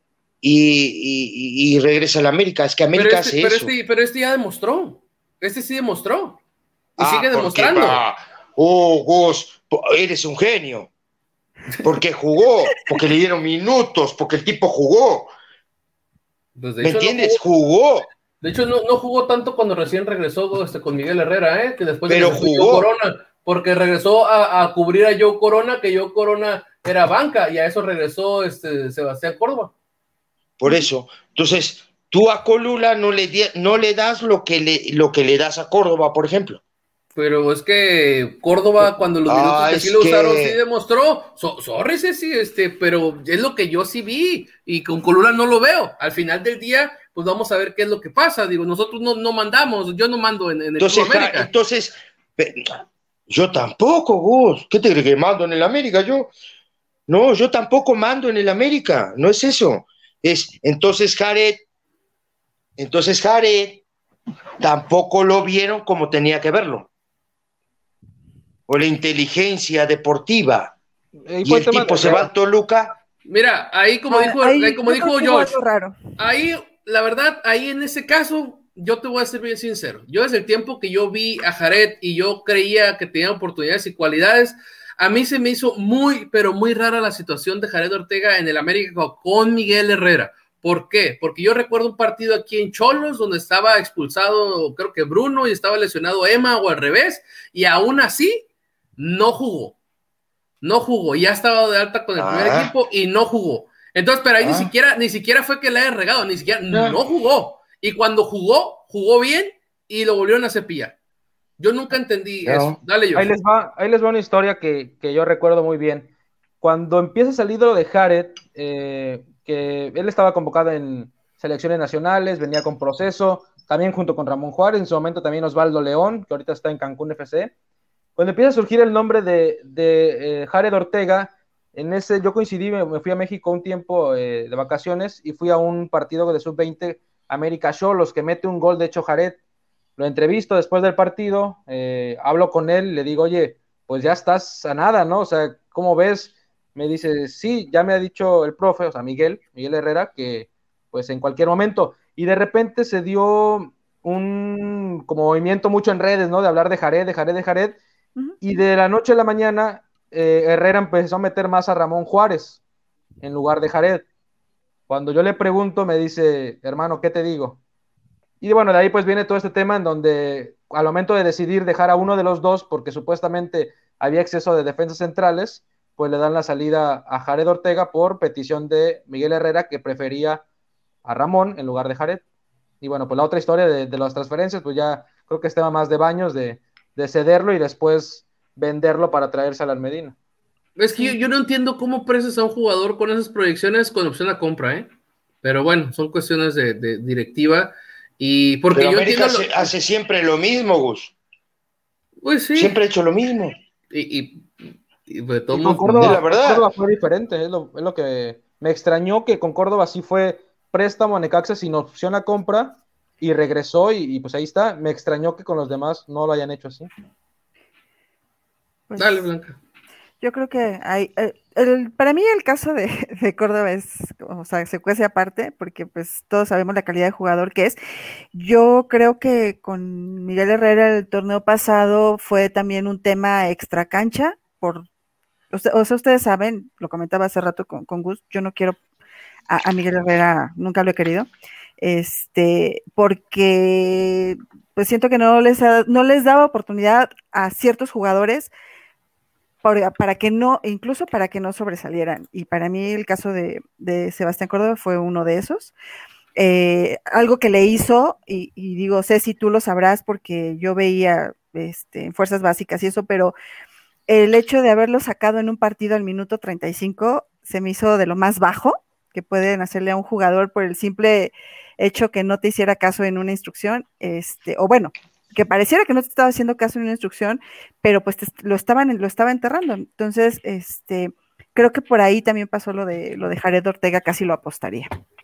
y regresa a la América. Es que América hace eso. Pero este ya demostró. Este sí demostró. Y sigue demostrando. Gus, eres un genio. Porque jugó, porque le dieron minutos, porque el tipo jugó. Pues ¿Me entiendes? Jugó. De hecho, no jugó tanto cuando recién regresó con Miguel Herrera, que después pero jugó. Corona, porque regresó a cubrir a Joe Corona, que Joe Corona era banca, y a eso regresó Sebastián Córdoba. Por eso, entonces, tú a Colula no le das lo que le das a Córdoba, por ejemplo. Pero es que Córdoba, cuando los minutos que sí lo usaron, sí demostró. Sorry, sí, pero es lo que yo sí vi, y con Colula no lo veo. Al final del día, pues vamos a ver qué es lo que pasa. Digo, nosotros no mandamos, yo no mando en el Club América. Entonces, yo tampoco, Gus. ¿Qué te crees que mando en el América? Yo tampoco mando en el América, no es eso. Entonces Jared tampoco lo vieron como tenía que verlo. O la inteligencia deportiva. Y el tipo se va al Toluca. Mira, ahí como dijo Josh, ahí, la verdad, ahí en ese caso, yo te voy a ser bien sincero. Yo desde el tiempo que yo vi a Jared y yo creía que tenía oportunidades y cualidades, a mí se me hizo muy, pero muy rara la situación de Jared Ortega en el América con Miguel Herrera. ¿Por qué? Porque yo recuerdo un partido aquí en Xolos donde estaba expulsado, creo que Bruno, y estaba lesionado Emma o al revés, y aún así no jugó, ya estaba de alta con el primer equipo y no jugó. Entonces, pero ahí ni siquiera fue que le haya regado, no jugó. Y cuando jugó bien y lo volvieron a cepillar. Yo nunca entendí eso. Dale, yo. Ahí les va una historia que yo recuerdo muy bien. Cuando empieza a salir lo de Jared, que él estaba convocado en selecciones nacionales, venía con proceso, también junto con Ramón Juárez, en su momento también Osvaldo León, que ahorita está en Cancún FC. Cuando empieza a surgir el nombre de Jared Ortega, yo coincidí, me fui a México un tiempo de vacaciones y fui a un partido de sub-20 América Xolos, que mete un gol, de hecho Jared, lo entrevisto después del partido, hablo con él, le digo, oye, pues ya estás a nada, ¿no? O sea, ¿cómo ves? Me dice, sí, ya me ha dicho el profe, o sea, Miguel Herrera, que pues en cualquier momento, y de repente se dio un como movimiento mucho en redes, ¿no? De hablar de Jared, y de la noche a la mañana, Herrera empezó a meter más a Ramón Juárez en lugar de Jared. Cuando yo le pregunto, me dice, hermano, ¿qué te digo? Y bueno, de ahí pues viene todo este tema en donde al momento de decidir dejar a uno de los dos, porque supuestamente había exceso de defensas centrales, pues le dan la salida a Jared Ortega por petición de Miguel Herrera, que prefería a Ramón en lugar de Jared. Y bueno, pues la otra historia de las transferencias, pues ya creo que es tema más de Baños, de cederlo y después venderlo para traerse a la Medina. Es que yo no entiendo cómo prestas a un jugador con esas proyecciones con opción a compra, ¿eh? Pero bueno, son cuestiones de directiva. Y porque pero yo América entiendo hace siempre lo mismo, Gus. Pues sí. Siempre ha hecho lo mismo. Y pues, y con Córdoba, la verdad. Córdoba fue diferente, es lo que me extrañó, que con Córdoba sí fue préstamo a Necaxa sin opción a compra y regresó y pues ahí está. Me extrañó que con los demás no lo hayan hecho así. Pues, dale, Blanca. Yo creo que hay, para mí el caso de Córdoba es, o sea, se cuece aparte, porque pues todos sabemos la calidad de jugador que es. Yo creo que con Miguel Herrera el torneo pasado fue también un tema extra cancha, o sea, ustedes saben, lo comentaba hace rato con Gus, yo no quiero a Miguel Herrera, nunca lo he querido, porque pues siento que no les daba oportunidad a ciertos jugadores para que no, incluso para que no sobresalieran. Y para mí el caso de Sebastián Córdoba fue uno de esos. Algo que le hizo, y digo, Ceci, tú lo sabrás porque yo veía en fuerzas básicas y eso, pero el hecho de haberlo sacado en un partido al minuto 35 se me hizo de lo más bajo que pueden hacerle a un jugador por el simple hecho que no te hiciera caso en una instrucción, o bueno, que pareciera que no te estaba haciendo caso en una instrucción, pero pues lo estaba enterrando. Entonces, creo que por ahí también pasó lo de Jared Ortega, casi lo apostaría.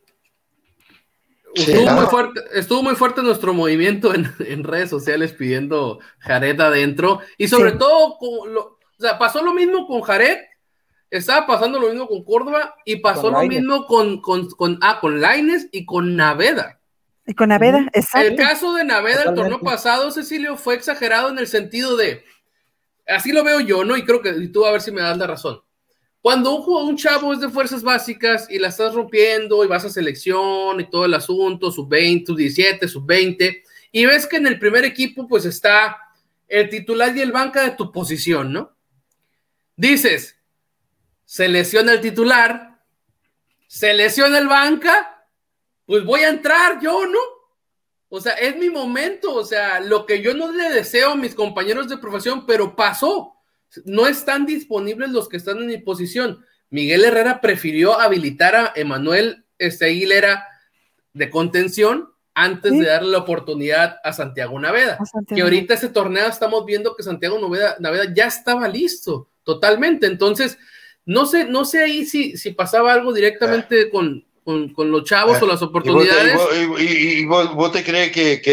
Sí, estuvo muy fuerte nuestro movimiento en redes sociales pidiendo Jared adentro, y sobre todo, o sea, pasó lo mismo con Jared, estaba pasando lo mismo con Córdoba, y pasó lo mismo con Lainez y con Naveda. Y con Naveda, exacto. El caso de Naveda el torneo pasado, Cecilio, fue exagerado en el sentido de, así lo veo yo, ¿no? Y creo que tú a ver si me das la razón. Cuando un chavo es de fuerzas básicas y la estás rompiendo y vas a selección y todo el asunto, sub-20, sub-17, sub-20, y ves que en el primer equipo pues está el titular y el banca de tu posición, ¿no? Dices, se lesiona el titular, se lesiona el banca, pues voy a entrar yo, ¿no? O sea, es mi momento, o sea, lo que yo no le deseo a mis compañeros de profesión, pero pasó. No están disponibles los que están en mi posición. Miguel Herrera prefirió habilitar a Emanuel Aguilera de contención antes de darle la oportunidad a Santiago Naveda. Que ahorita ese torneo estamos viendo que Santiago Naveda ya estaba listo totalmente. Entonces, no sé ahí si pasaba algo directamente con los chavos o las oportunidades. ¿Y vos te crees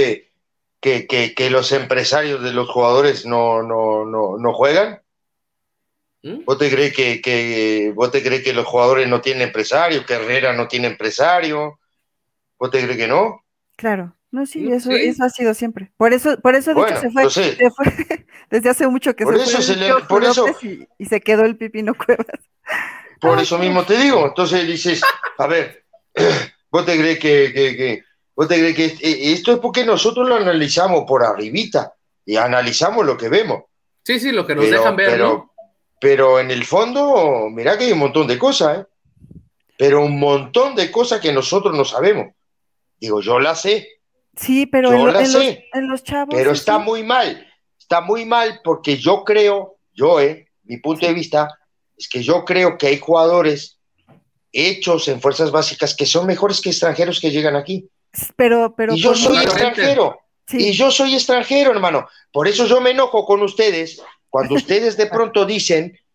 que los empresarios de los jugadores no juegan? ¿Vos te crees que los jugadores no tienen empresario, que Herrera no tiene empresario? ¿Vos te crees que no? Claro, no, sí, eso ha sido siempre. Por eso de hecho se fue desde hace mucho que por eso y se quedó el Pipino Cuevas. Por eso mismo te digo. Entonces dices, a ver, ¿vos te crees que esto es porque nosotros lo analizamos por arribita y analizamos lo que vemos? Sí, lo que nos dejan ver, ¿no? Pero en el fondo, mirá que hay un montón de cosas, ¿eh? Pero un montón de cosas que nosotros no sabemos. Digo, yo las sé. Sí, pero en los chavos. Pero está muy mal porque yo creo, mi punto de vista, es que yo creo que hay jugadores hechos en fuerzas básicas que son mejores que extranjeros que llegan aquí. Pero y yo soy extranjero. Sí. Y yo soy extranjero, hermano. Por eso yo me enojo con ustedes cuando ustedes de pronto dicen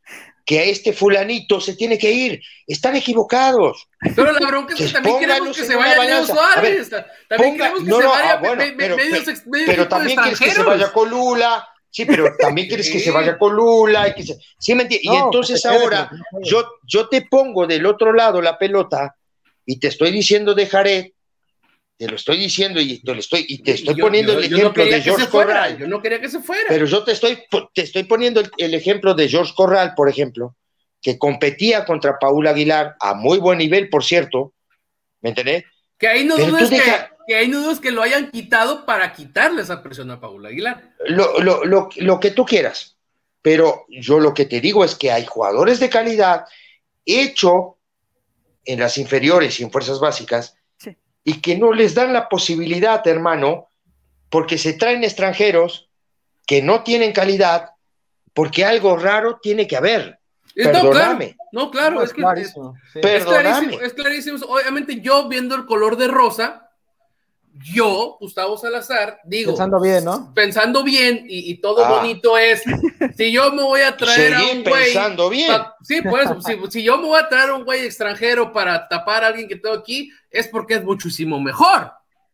que a este fulanito se tiene que ir. Están equivocados. Pero la bronca es que también queremos que se vaya Leo Suárez. También queremos que se vaya pero también quieres que se vaya con Lula. Sí, pero también quieres que se vaya con Lula. ¿Sí me entiendes? Y entonces ahora yo te pongo del otro lado la pelota y te estoy diciendo de Jared. Te lo estoy diciendo y te estoy poniendo el ejemplo de George Corral. Yo no quería que se fuera. Pero yo te estoy poniendo el ejemplo de George Corral, por ejemplo, que competía contra Paul Aguilar a muy buen nivel, por cierto. ¿Me entendés? Que ahí no dudes que lo hayan quitado para quitarle esa presión a Paul Aguilar. Lo que tú quieras. Pero yo lo que te digo es que hay jugadores de calidad hecho en las inferiores y en fuerzas básicas y que no les dan la posibilidad, hermano, porque se traen extranjeros que no tienen calidad, porque algo raro tiene que haber. Perdóname. No, claro, es clarísimo. Es clarísimo. Obviamente yo viendo el color de rosa, yo, Gustavo Salazar, digo... Pensando bien, ¿no? Pensando bien y todo bonito es, si yo me voy a traer a un güey... pensando bien. Sí, pues, si yo me voy a traer a un güey extranjero para tapar a alguien que tengo aquí, es porque es muchísimo mejor.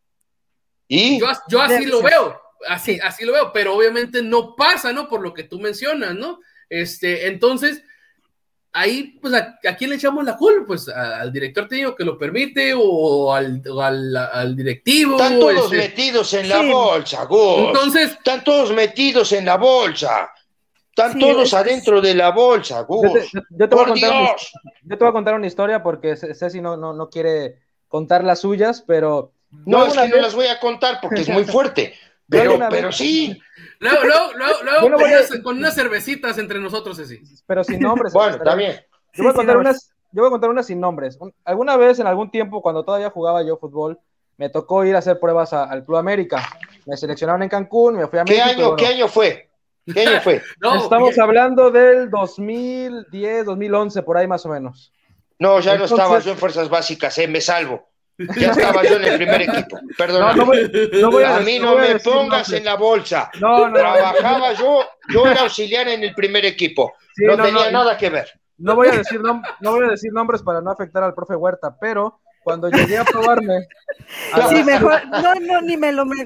¿Y? Yo así lo veo, así lo veo, pero obviamente no pasa, ¿no? Por lo que tú mencionas, ¿no? Entonces... Ahí, pues, ¿a quién le echamos la culpa? Pues al director técnico que lo permite o al directivo. Están todos metidos en la bolsa, Gus. Entonces, están todos metidos en la bolsa. Están todos adentro de la bolsa, Gus. Yo te voy a contar una historia porque Ceci no quiere contar las suyas, pero... No, es que no las voy a contar porque es muy fuerte. Pero sí. Luego con unas cervecitas entre nosotros, así. Pero sin nombres. Bueno, está bien. Yo voy a contar unas sin nombres. Alguna vez, en algún tiempo, cuando todavía jugaba yo fútbol, me tocó ir a hacer pruebas al Club América. Me seleccionaron en Cancún, me fui a México. ¿Qué año fue? Estamos hablando del 2010, 2011, por ahí más o menos. No, ya no estaba yo en fuerzas básicas, me salvo. Ya estaba yo en el primer equipo. Perdona. A mí no me pongas en la bolsa. Trabajaba yo era auxiliar en el primer equipo. No tenía nada que ver. No voy a decir nombres para no afectar al profe Huerta, pero cuando llegué a probarme. Sí, mejor. Ni me lo.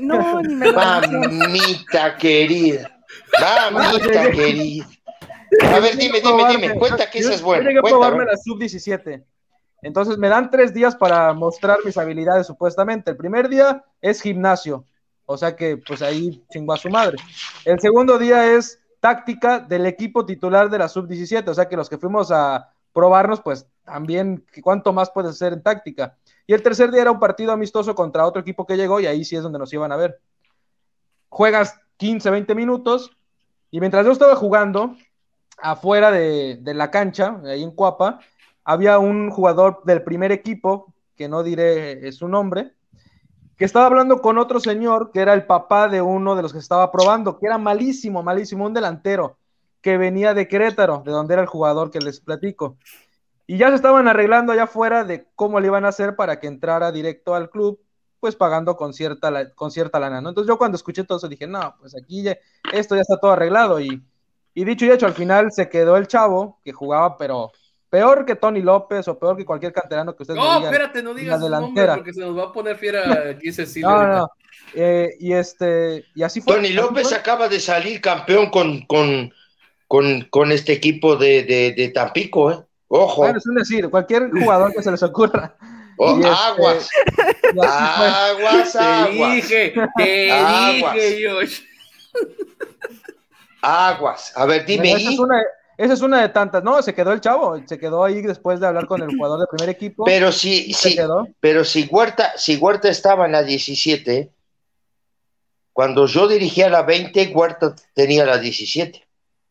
Mamita querida. A ver, dime. Cuenta que esa es buena. Yo llegué a probarme la sub-17. Entonces me dan 3 días para mostrar mis habilidades supuestamente. El primer día es gimnasio, o sea que pues ahí chingó a su madre. El segundo día es táctica del equipo titular de la sub-17, o sea que los que fuimos a probarnos pues también cuánto más puedes hacer en táctica. Y el tercer día era un partido amistoso contra otro equipo que llegó y ahí sí es donde nos iban a ver. Juegas 15, 20 minutos y mientras yo estaba jugando afuera de la cancha, ahí en Cuapa, había un jugador del primer equipo, que no diré su nombre, que estaba hablando con otro señor, que era el papá de uno de los que estaba probando, que era malísimo, un delantero, que venía de Querétaro, de donde era el jugador que les platico. Y ya se estaban arreglando allá afuera de cómo le iban a hacer para que entrara directo al club, pues pagando con cierta lana, ¿no? Entonces yo cuando escuché todo eso dije, no, pues aquí esto ya está todo arreglado. Y dicho y hecho, al final se quedó el chavo, que jugaba, pero... peor que Tony López o peor que cualquier canterano que ustedes me digan. No, espérate, no digas su nombre porque se nos va a poner fiera aquí Cecilia. No. Y así fue. Tony López acaba de salir campeón con este equipo de Tampico, ¿eh? Ojo. Bueno, es decir, cualquier jugador que se les ocurra. Aguas. Aguas. Te dije, Josh. Aguas. A ver, dime. Esa es una de tantas. No, se quedó el chavo, se quedó ahí después de hablar con el jugador del primer equipo. Pero si Huerta estaba en la 17, cuando yo dirigía la 20, Huerta tenía la 17.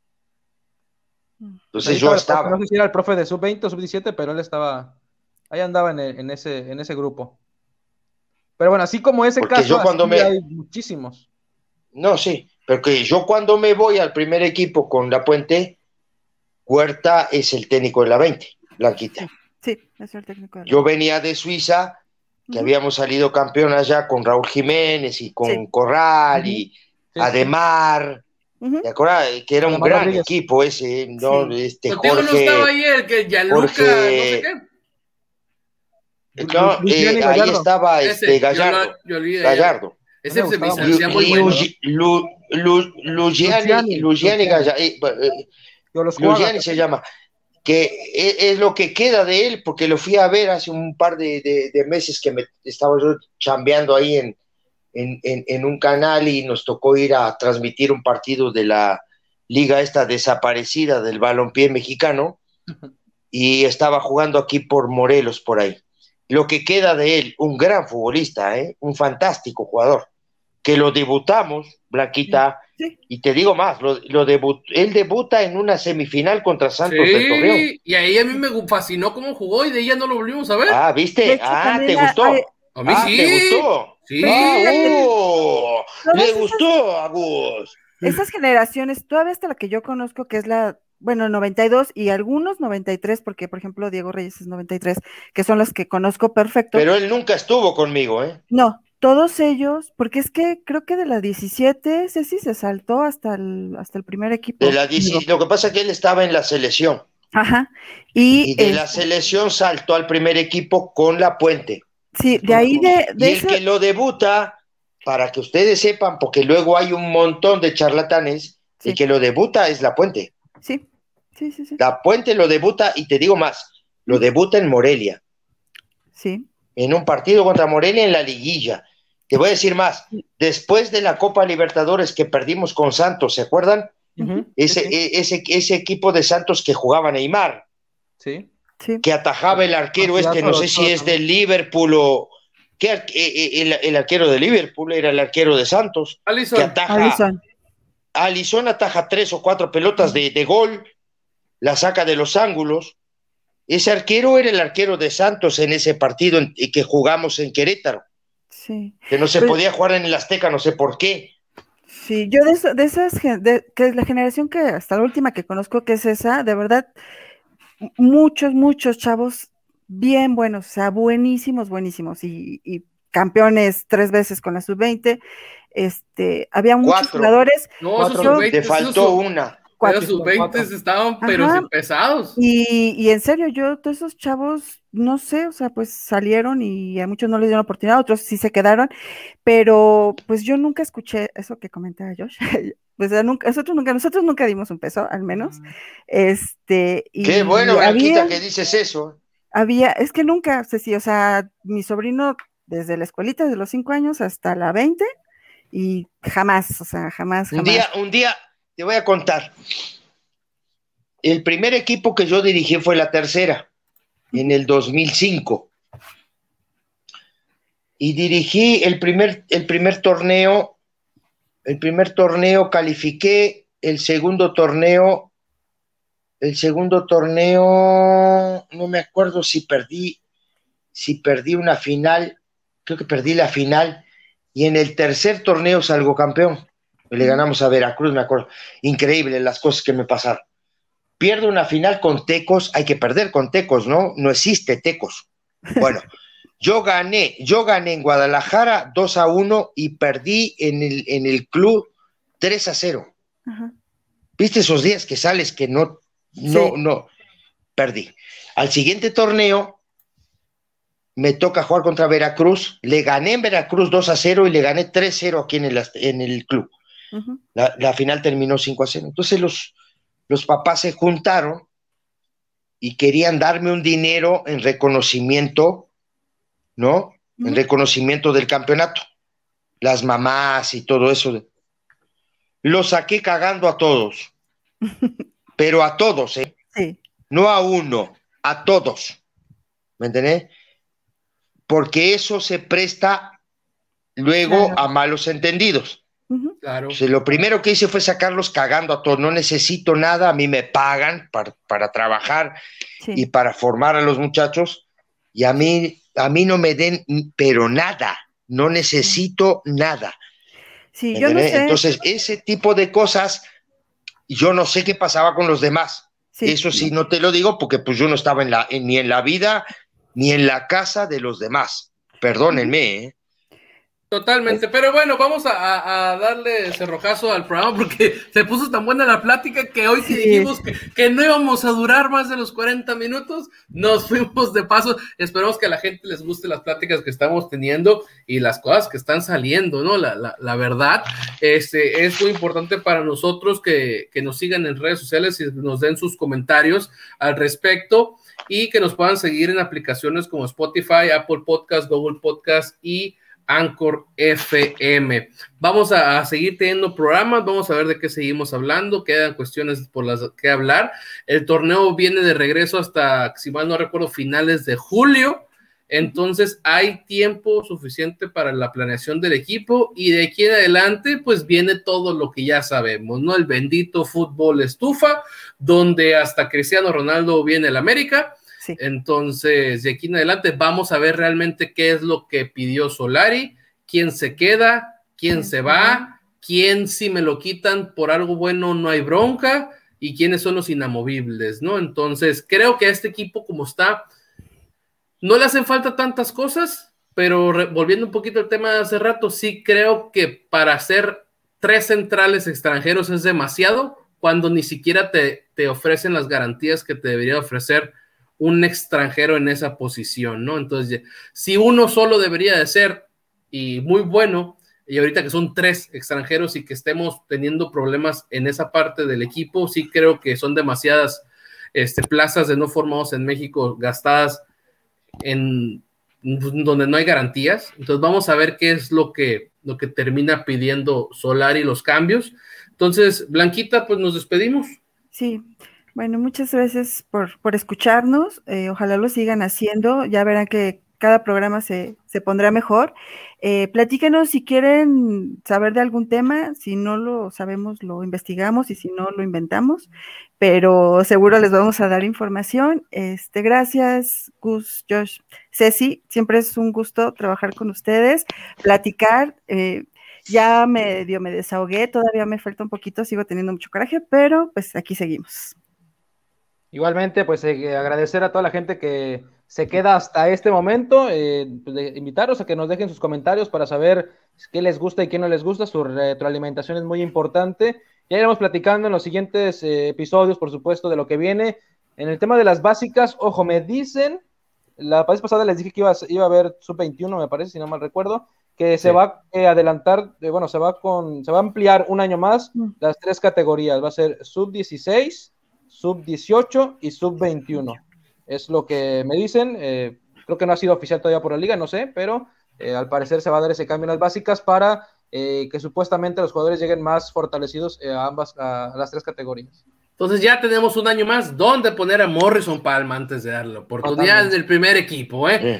Entonces yo estaba. No sé si era el profe de sub-20 o sub-17, pero él estaba, ahí andaba en ese grupo. Pero bueno, así como ese porque caso, hay muchísimos. No, sí, pero que yo cuando me voy al primer equipo con La Puente, Huerta es el técnico de la 20, Blanquita. Sí, es el técnico de la 20. Yo venía de Suiza, que habíamos salido campeón allá con Raúl Jiménez y con Corral y Ademar ¿Te acuerdas? Que era un Además, gran Rodríguez. equipo ese, ¿no? Sí. Contigo no estaba ahí el que Gianluca, no sé qué. No, Luciani ahí Gallardo. estaba Ese, Gallardo. yo olvidé. Gallardo. Ese Me se me gustaba hacía muy bueno. Luciani Gallardo. Golosuaga. Se llama. Que es lo que queda de él, porque lo fui a ver hace un par de meses que me estaba yo chambeando ahí en un canal y nos tocó ir a transmitir un partido de la liga esta desaparecida del balompié mexicano y estaba jugando aquí por Morelos, por ahí. Lo que queda de él, un gran futbolista, un fantástico jugador, que lo debutamos, Blanquita, Sí. y te digo más, él debuta en una semifinal contra Santos del Torreón. Y ahí a mí me fascinó cómo jugó y de ella no lo volvimos a ver. Ah, De ¿viste? hecho, también ¿te gustó? A mí sí. ¿Te gustó? Sí. Le gustó a Gus. Estas generaciones, todavía hasta la que yo conozco, que es la, bueno, 92 y algunos 93, porque por ejemplo Diego Reyes es 93, que son las que conozco perfecto. Pero él nunca estuvo conmigo, ¿eh? No, todos ellos, porque es que creo que de la 17, Ceci se saltó hasta el primer equipo. Lo que pasa es que él estaba en la selección. Ajá. Y de la selección saltó al primer equipo con La Puente. Sí, de ahí y el que lo debuta, para que ustedes sepan, porque luego hay un montón de charlatanes, sí. El que lo debuta es La Puente. Sí. La Puente lo debuta, y te digo más, lo debuta en Morelia. Sí. En un partido contra Morelia en la liguilla. Te voy a decir más, después de la Copa Libertadores que perdimos con Santos, ¿se acuerdan? Ese equipo de Santos que jugaba Neymar. Sí. Que atajaba el arquero no sé si es del Liverpool o el arquero de Liverpool era el arquero de Santos. Alisson. Que ataja, Alisson ataja 3 o 4 pelotas de gol, la saca de los ángulos. Ese arquero era el arquero de Santos en ese partido que jugamos en Querétaro. Sí. Que no se podía jugar en el Azteca, no sé por qué. Sí, yo que es la generación que hasta la última que conozco, que es esa, de verdad, muchos chavos bien buenos, o sea, buenísimos, y campeones 3 veces con la sub-20. Había muchos jugadores. No, esos sub-20. Te faltó una. Pero sus 20 estaban, pero sin pesados. Y en serio, yo, todos esos chavos, no sé, o sea, pues salieron y a muchos no les dieron oportunidad, a otros sí se quedaron, pero pues yo nunca escuché eso que comentaba Josh. Pues nosotros nunca dimos un peso, al menos. Qué bueno, Blanquita, que dices eso. Es que nunca, Ceci, o sea, mi sobrino desde la escuelita, desde los 5 años hasta la 20, y jamás, o sea, jamás. Un día, te voy a contar. El primer equipo que yo dirigí fue la Tercera, en el 2005. Y dirigí el primer torneo. El primer torneo califiqué, el segundo torneo, no me acuerdo si perdí una final, creo que perdí la final, y en el tercer torneo salgo campeón. Le ganamos a Veracruz, me acuerdo. Increíble las cosas que me pasaron. Pierdo una final con Tecos, hay que perder con Tecos, ¿no? No existe Tecos. Bueno, yo gané en Guadalajara 2-1 y perdí en el club 3-0. Ajá. ¿Viste esos días que sales que no, perdí? Al siguiente torneo me toca jugar contra Veracruz, le gané en Veracruz 2-0 y le gané 3-0 aquí en el club. Uh-huh. La final terminó 5-0. Entonces los papás se juntaron y querían darme un dinero en reconocimiento, ¿no? Uh-huh. En reconocimiento del campeonato. Las mamás y todo eso. Lo saqué cagando a todos. Pero a todos, ¿eh? Sí. No a uno, a todos. ¿Me entendés? Porque eso se presta luego a malos entendidos. Uh-huh. Claro. Entonces, lo primero que hice fue sacarlos cagando a todos. No necesito nada, a mí me pagan para trabajar y para formar a los muchachos. Y a mí no me den, pero nada. No necesito nada. Sí, yo no sé. Entonces, ese tipo de cosas, yo no sé qué pasaba con los demás. Sí. Eso sí no te lo digo porque pues yo no estaba ni en la vida ni en la casa de los demás. Perdónenme, ¿eh? Totalmente, pero bueno, vamos a darle cerrojazo al programa porque se puso tan buena la plática que hoy sí dijimos que no íbamos a durar más de los 40 minutos, nos fuimos de paso. Esperemos que a la gente les guste las pláticas que estamos teniendo y las cosas que están saliendo, ¿no? La verdad, es muy importante para nosotros que nos sigan en redes sociales y nos den sus comentarios al respecto y que nos puedan seguir en aplicaciones como Spotify, Apple Podcast, Google Podcast y Anchor FM. Vamos a seguir teniendo programas, vamos a ver de qué seguimos hablando, quedan cuestiones por las que hablar. El torneo viene de regreso hasta, si mal no recuerdo, finales de julio, entonces hay tiempo suficiente para la planeación del equipo y de aquí en adelante pues viene todo lo que ya sabemos, ¿no? El bendito fútbol estufa, donde hasta Cristiano Ronaldo viene el América. Sí. Entonces, de aquí en adelante vamos a ver realmente qué es lo que pidió Solari, quién se queda, quién se va, quién si me lo quitan por algo bueno no hay bronca y quiénes son los inamovibles, ¿no? Entonces, creo que a este equipo como está, no le hacen falta tantas cosas, pero volviendo un poquito al tema de hace rato, sí creo que para hacer 3 centrales extranjeros es demasiado cuando ni siquiera te ofrecen las garantías que te debería ofrecer un extranjero en esa posición, ¿no? Entonces, si uno solo debería de ser y muy bueno, y ahorita que son 3 extranjeros y que estemos teniendo problemas en esa parte del equipo, sí creo que son demasiadas plazas de no formados en México gastadas en donde no hay garantías. Entonces vamos a ver qué es lo que termina pidiendo Solari los cambios. Entonces, Blanquita, pues nos despedimos. Sí. Bueno, muchas gracias por escucharnos, ojalá lo sigan haciendo, ya verán que cada programa se pondrá mejor. Platíquenos si quieren saber de algún tema, si no lo sabemos lo investigamos y si no lo inventamos, pero seguro les vamos a dar información. Gracias, Gus, Josh, Ceci, siempre es un gusto trabajar con ustedes, platicar. Ya me desahogué, todavía me falta un poquito, sigo teniendo mucho coraje, pero pues aquí seguimos. Igualmente, pues agradecer a toda la gente que se queda hasta este momento, pues, invitarlos a que nos dejen sus comentarios para saber qué les gusta y qué no les gusta, su retroalimentación es muy importante. Ya iremos platicando en los siguientes episodios, por supuesto, de lo que viene. En el tema de las básicas, ojo, me dicen, la vez pasada les dije que iba a haber sub-21, me parece, si no mal recuerdo, que se va a adelantar, se va a ampliar un año más las 3 categorías, va a ser sub-16, sub-18 y sub-21. Es lo que me dicen. Creo que no ha sido oficial todavía por la liga, no sé, pero al parecer se va a dar ese cambio en las básicas para que supuestamente los jugadores lleguen más fortalecidos a las 3 categorías. Entonces ya tenemos un año más donde poner a Morrison Palma antes de darle la oportunidad del primer equipo, ¿eh?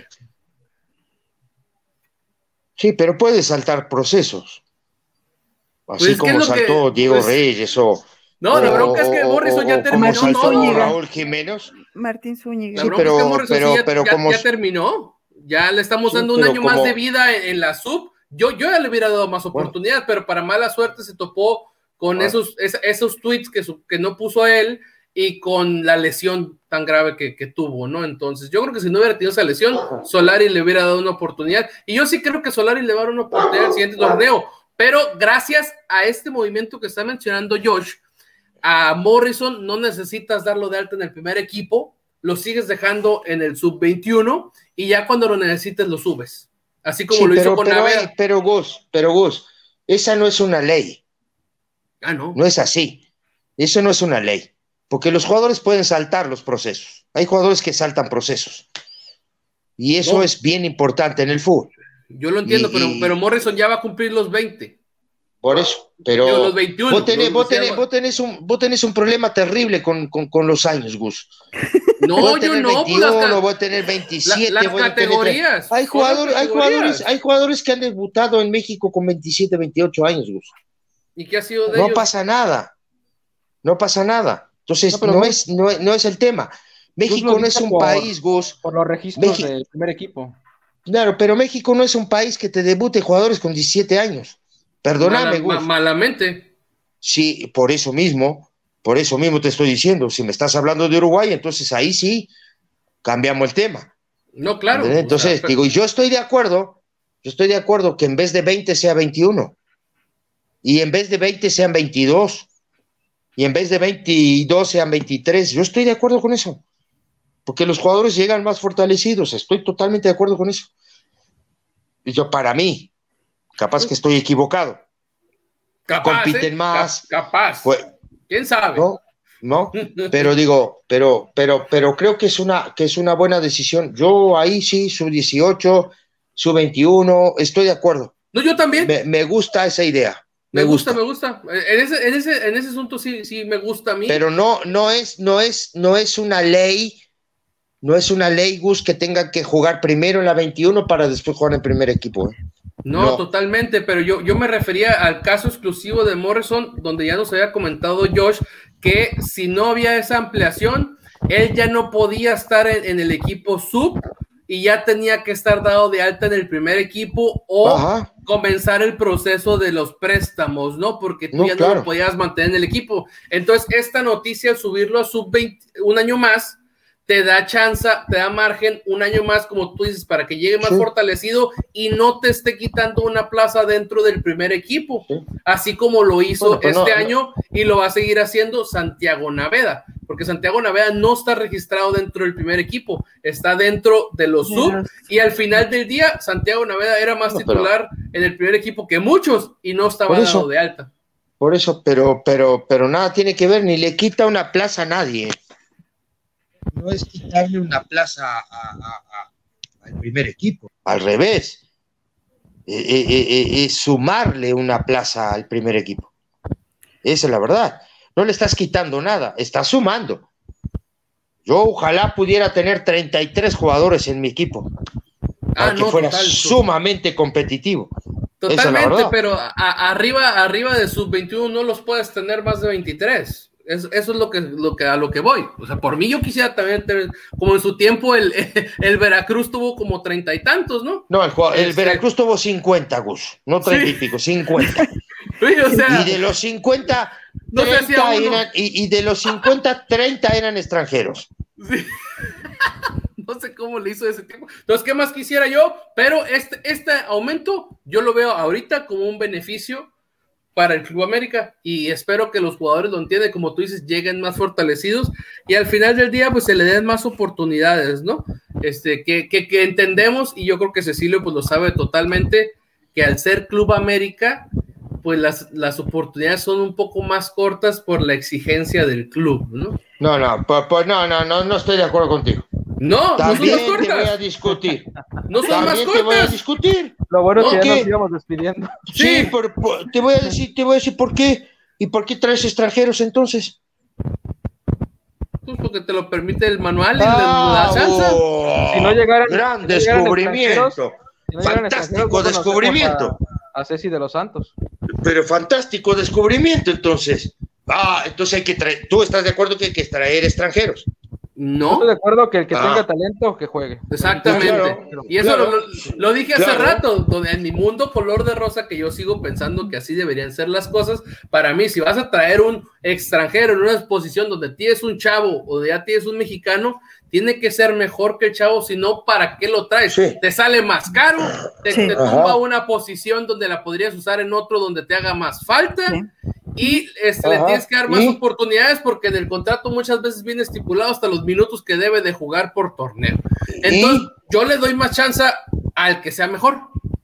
Sí, pero puede saltar procesos. Así pues como saltó Diego Reyes o... No, la bronca es que Morrison ya terminó todo. Raúl Jiménez. Martín Zúñiga. Sí, pero ya terminó. Ya le estamos dando un año más de vida en la sub. Yo ya le hubiera dado más oportunidades, pero para mala suerte se topó con esos tweets que no puso él y con la lesión tan grave que tuvo, ¿no? Entonces, yo creo que si no hubiera tenido esa lesión, Solari le hubiera dado una oportunidad. Y yo sí creo que Solari le va a dar una oportunidad al siguiente torneo. Pero gracias a este movimiento que está mencionando Josh, a Morrison no necesitas darlo de alta en el primer equipo, lo sigues dejando en el sub-21 y ya cuando lo necesites lo subes. Así como lo hizo con Naveda. Pero Gus, esa no es una ley. Ah, no. No es así. Eso no es una ley. Porque los jugadores pueden saltar los procesos. Hay jugadores que saltan procesos. Y eso es bien importante en el fútbol. Yo lo entiendo, pero Morrison ya va a cumplir los 20. Por eso, pero los 21, vos tenés un problema terrible con los años, Gus. No, yo no. 21, vos tenés 27. Las categorías. Hay jugadores que han debutado en México con 27, 28 años, Gus. ¿Y qué ha sido de ellos? No pasa nada. Entonces, no es el tema. México no es un país, Gus. Por los registros del primer equipo. Claro, pero México no es un país que te debute jugadores con 17 años. Perdóname, Gus. Malamente. Sí, por eso mismo te estoy diciendo. Si me estás hablando de Uruguay, entonces ahí sí cambiamos el tema. No, claro. Entonces, digo, y yo estoy de acuerdo Yo estoy de acuerdo que en vez de 20 sea 21. Y en vez de 20 sean 22. Y en vez de 22 sean 23. Yo estoy de acuerdo con eso. Porque los jugadores llegan más fortalecidos. Estoy totalmente de acuerdo con eso. Y yo, para mí, capaz que estoy equivocado. Capaz, compiten más. Capaz. Pues, ¿quién sabe? No, pero digo, pero creo que es una buena decisión. Yo ahí sí, sub-18, sub-21, estoy de acuerdo. No, yo también. Me gusta esa idea. Me gusta. En ese asunto sí me gusta a mí. Pero no es una ley, Gus, que tenga que jugar primero en la 21 para después jugar en primer equipo. No, totalmente, pero yo me refería al caso exclusivo de Morrison, donde ya nos había comentado Josh que si no había esa ampliación, él ya no podía estar en el equipo sub y ya tenía que estar dado de alta en el primer equipo o comenzar el proceso de los préstamos, ¿no? Porque tú no lo podías mantener en el equipo. Entonces, esta noticia, al subirlo a sub-20 un año más, te da chance, te da margen un año más, como tú dices, para que llegue más fortalecido y no te esté quitando una plaza dentro del primer equipo, así como lo hizo año y lo va a seguir haciendo Santiago Naveda, porque Santiago Naveda no está registrado dentro del primer equipo, está dentro de los sub, y al final del día Santiago Naveda era más titular en el primer equipo que muchos y no estaba dado de alta. Por eso, pero nada tiene que ver, ni le quita una plaza a nadie. No es quitarle una plaza al primer equipo, al revés, es sumarle una plaza al primer equipo. Esa es la verdad. No le estás quitando nada, estás sumando. Yo ojalá pudiera tener 33 jugadores en mi equipo para que fuera sumamente competitivo. Totalmente, pero arriba de sub-21 no los puedes tener más de 23. Eso es a lo que voy. O sea, por mí yo quisiera también tener, como en su tiempo el Veracruz tuvo como 30 y tantos, ¿no? No, el Veracruz tuvo 50, Gus, no 30 y pico, 50. Sí, o sea, y de los 50, 30 eran, y de los 50, 30 eran extranjeros. Sí. No sé cómo le hizo ese tiempo. Entonces, ¿qué más quisiera yo? Pero este aumento yo lo veo ahorita como un beneficio para el Club América y espero que los jugadores lo entiendan, como tú dices, lleguen más fortalecidos y al final del día pues se le den más oportunidades, ¿no? Que entendemos, y yo creo que Cecilio pues lo sabe totalmente, que al ser Club América pues las oportunidades son un poco más cortas por la exigencia del club, ¿no? No estoy de acuerdo contigo. No, también no son más cortas. Te voy a discutir. No son más cortas. Te voy a discutir. Lo bueno es que ya nos íbamos despidiendo. Sí, te voy a decir por qué. ¿Y por qué traes extranjeros entonces? Pues porque te lo permite el manual y la salsa. Si no llegaran, gran descubrimiento. Fantástico descubrimiento. A Ceci de los Santos. Pero fantástico descubrimiento, entonces. Entonces hay que traer. ¿Tú estás de acuerdo que hay que traer extranjeros? No. Estoy de acuerdo que el que tenga talento, que juegue. Exactamente. Y eso lo dije hace rato, donde en mi mundo color de rosa, que yo sigo pensando que así deberían ser las cosas, para mí, si vas a traer un extranjero en una exposición donde tienes un chavo o ya tienes un mexicano, tiene que ser mejor que el chavo, si no, ¿para qué lo traes? Sí. Te sale más caro, te tumba una posición donde la podrías usar en otro donde te haga más falta. Sí. Y le tienes que dar más oportunidades porque en el contrato muchas veces viene estipulado hasta los minutos que debe de jugar por torneo. Entonces, yo le doy más chance al que sea mejor.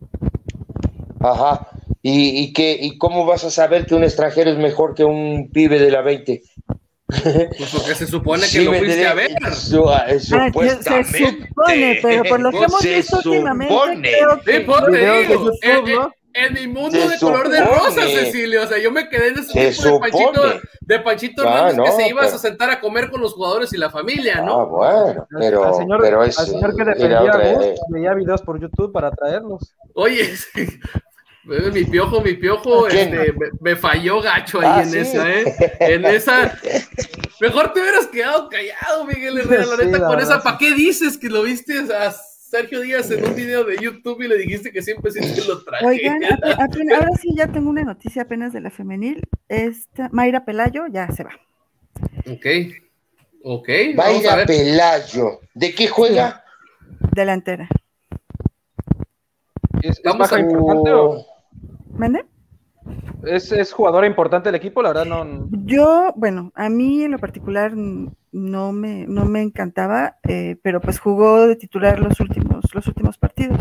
Ajá. ¿Y cómo vas a saber que un extranjero es mejor que un pibe de la 20? Pues porque se supone que lo fuiste a ver. Supuestamente. Se supone, pero por lo que hemos visto últimamente, creo que... En mi mundo de color de rosa, Cecilio, o sea, yo me quedé en ese tipo de Panchito Hernández que se iba a sentar a comer con los jugadores y la familia, ¿no? Bueno, al señor que defendía veía videos por YouTube para traerlos. Oye, mi piojo, me falló gacho ahí en esa. Mejor te hubieras quedado callado, Miguel Herrera, la neta, con esa. ¿Para qué dices que lo viste a Sergio Díaz en un video de YouTube y le dijiste que siempre sí que lo traje? Oigan, ahora sí ya tengo una noticia apenas de la femenil. Mayra Pelayo ya se va. Ok. Mayra Pelayo, ¿de qué juega? Delantera. ¿Es Vamos baja a- importante o ¿Mande? es jugadora importante el equipo? La verdad no. Yo, bueno, a mí en lo particular no me encantaba, pero pues jugó de titular los últimos partidos.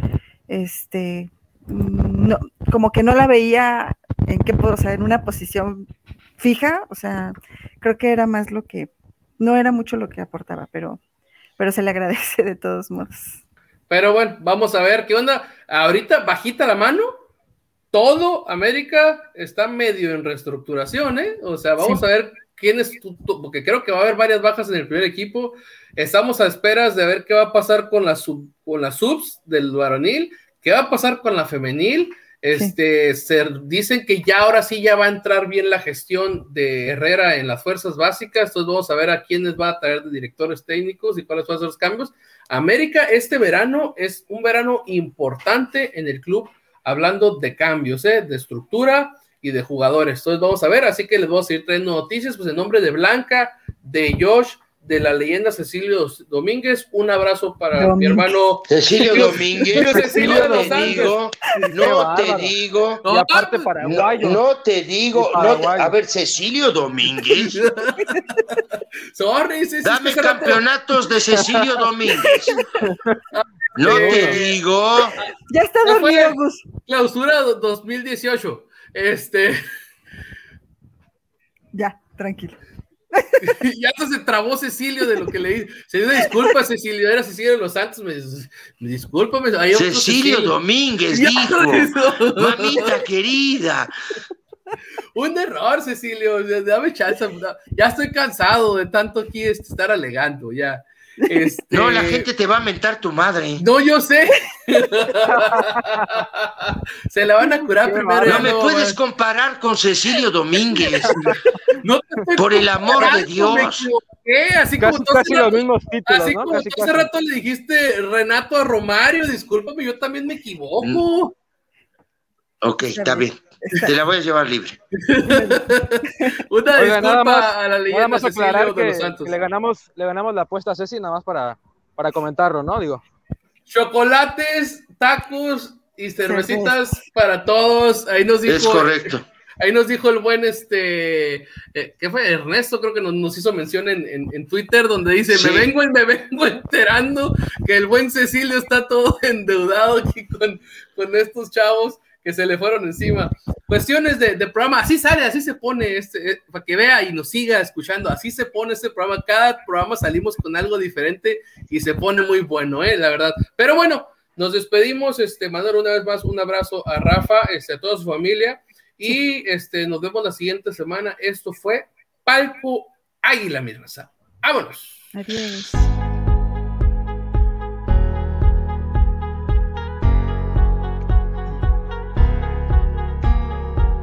No, como que no la veía o sea, en una posición fija, o sea, creo que era más no era mucho lo que aportaba, pero se le agradece de todos modos. Pero bueno, vamos a ver qué onda. Ahorita, bajita la mano, todo América está medio en reestructuración, ¿eh? O sea, vamos Sí. a ver quién es porque creo que va a haber varias bajas en el primer equipo. Estamos a esperas de ver qué va a pasar con las subs del varonil, qué va a pasar con la femenil. Dicen que ya ahora sí ya va a entrar bien la gestión de Herrera en las fuerzas básicas, entonces vamos a ver a quiénes va a traer de directores técnicos y cuáles van a ser los cambios. América este verano es un verano importante en el club, hablando de cambios, de estructura y de jugadores. Entonces vamos a ver, así que les voy a seguir trayendo noticias, pues en nombre de Blanca, de Josh, de la leyenda Cecilio Domínguez, un abrazo para mi hermano Cecilio Domínguez, Cecilio de los no te digo, Y aparte paraguayo. no te digo, Y paraguayo. a ver, Cecilio Domínguez, sorry, dame campeonatos de Cecilio Domínguez. No te digo. Ya está Ya dormido, fue. Gus. Clausura 2018. Ya, tranquilo. Ya se trabó Cecilio de lo que le dije. Se dio disculpa, Cecilio, era Cecilio de los Santos. Discúlpame. Hay otro Cecilio Domínguez Ya dijo, eso. mamita querida. Un error, Cecilio. Dame chance. Ya estoy cansado de tanto aquí estar alegando. Ya. No, la gente te va a mentar tu madre. No, yo sé. Se la van a curar primero. No me puedes comparar con Cecilio Domínguez. No te estoy Por el amor de Dios. Me equivoqué, así Casi, como tú casi los mismos títulos, así ¿no? como Casi, tú hace casi. rato le dijiste Renato a Romario, discúlpame, yo también me equivoco. Ok, está bien. Te la voy a llevar libre. Una Oiga, disculpa a la nada leyenda más Cecilio aclarar de los que Santos. le ganamos la apuesta a Ceci, nada más para comentarlo, ¿no? Digo. Chocolates, tacos y cervecitas para todos. Ahí nos dijo. Es correcto. Ahí nos dijo el buen ¿qué fue? Ernesto, creo que nos hizo mención en Twitter, donde dice, Sí. me vengo enterando que el buen Cecilio está todo endeudado aquí con estos chavos que se le fueron encima. Cuestiones de programa, así sale, así se pone, para que vea y nos siga escuchando, así se pone este programa, cada programa salimos con algo diferente y se pone muy bueno, la verdad. Pero bueno, nos despedimos, mandar una vez más un abrazo a Rafa, a toda su familia, y nos vemos la siguiente semana. Esto fue Palco Águila, mi raza. ¡Vámonos! Adiós.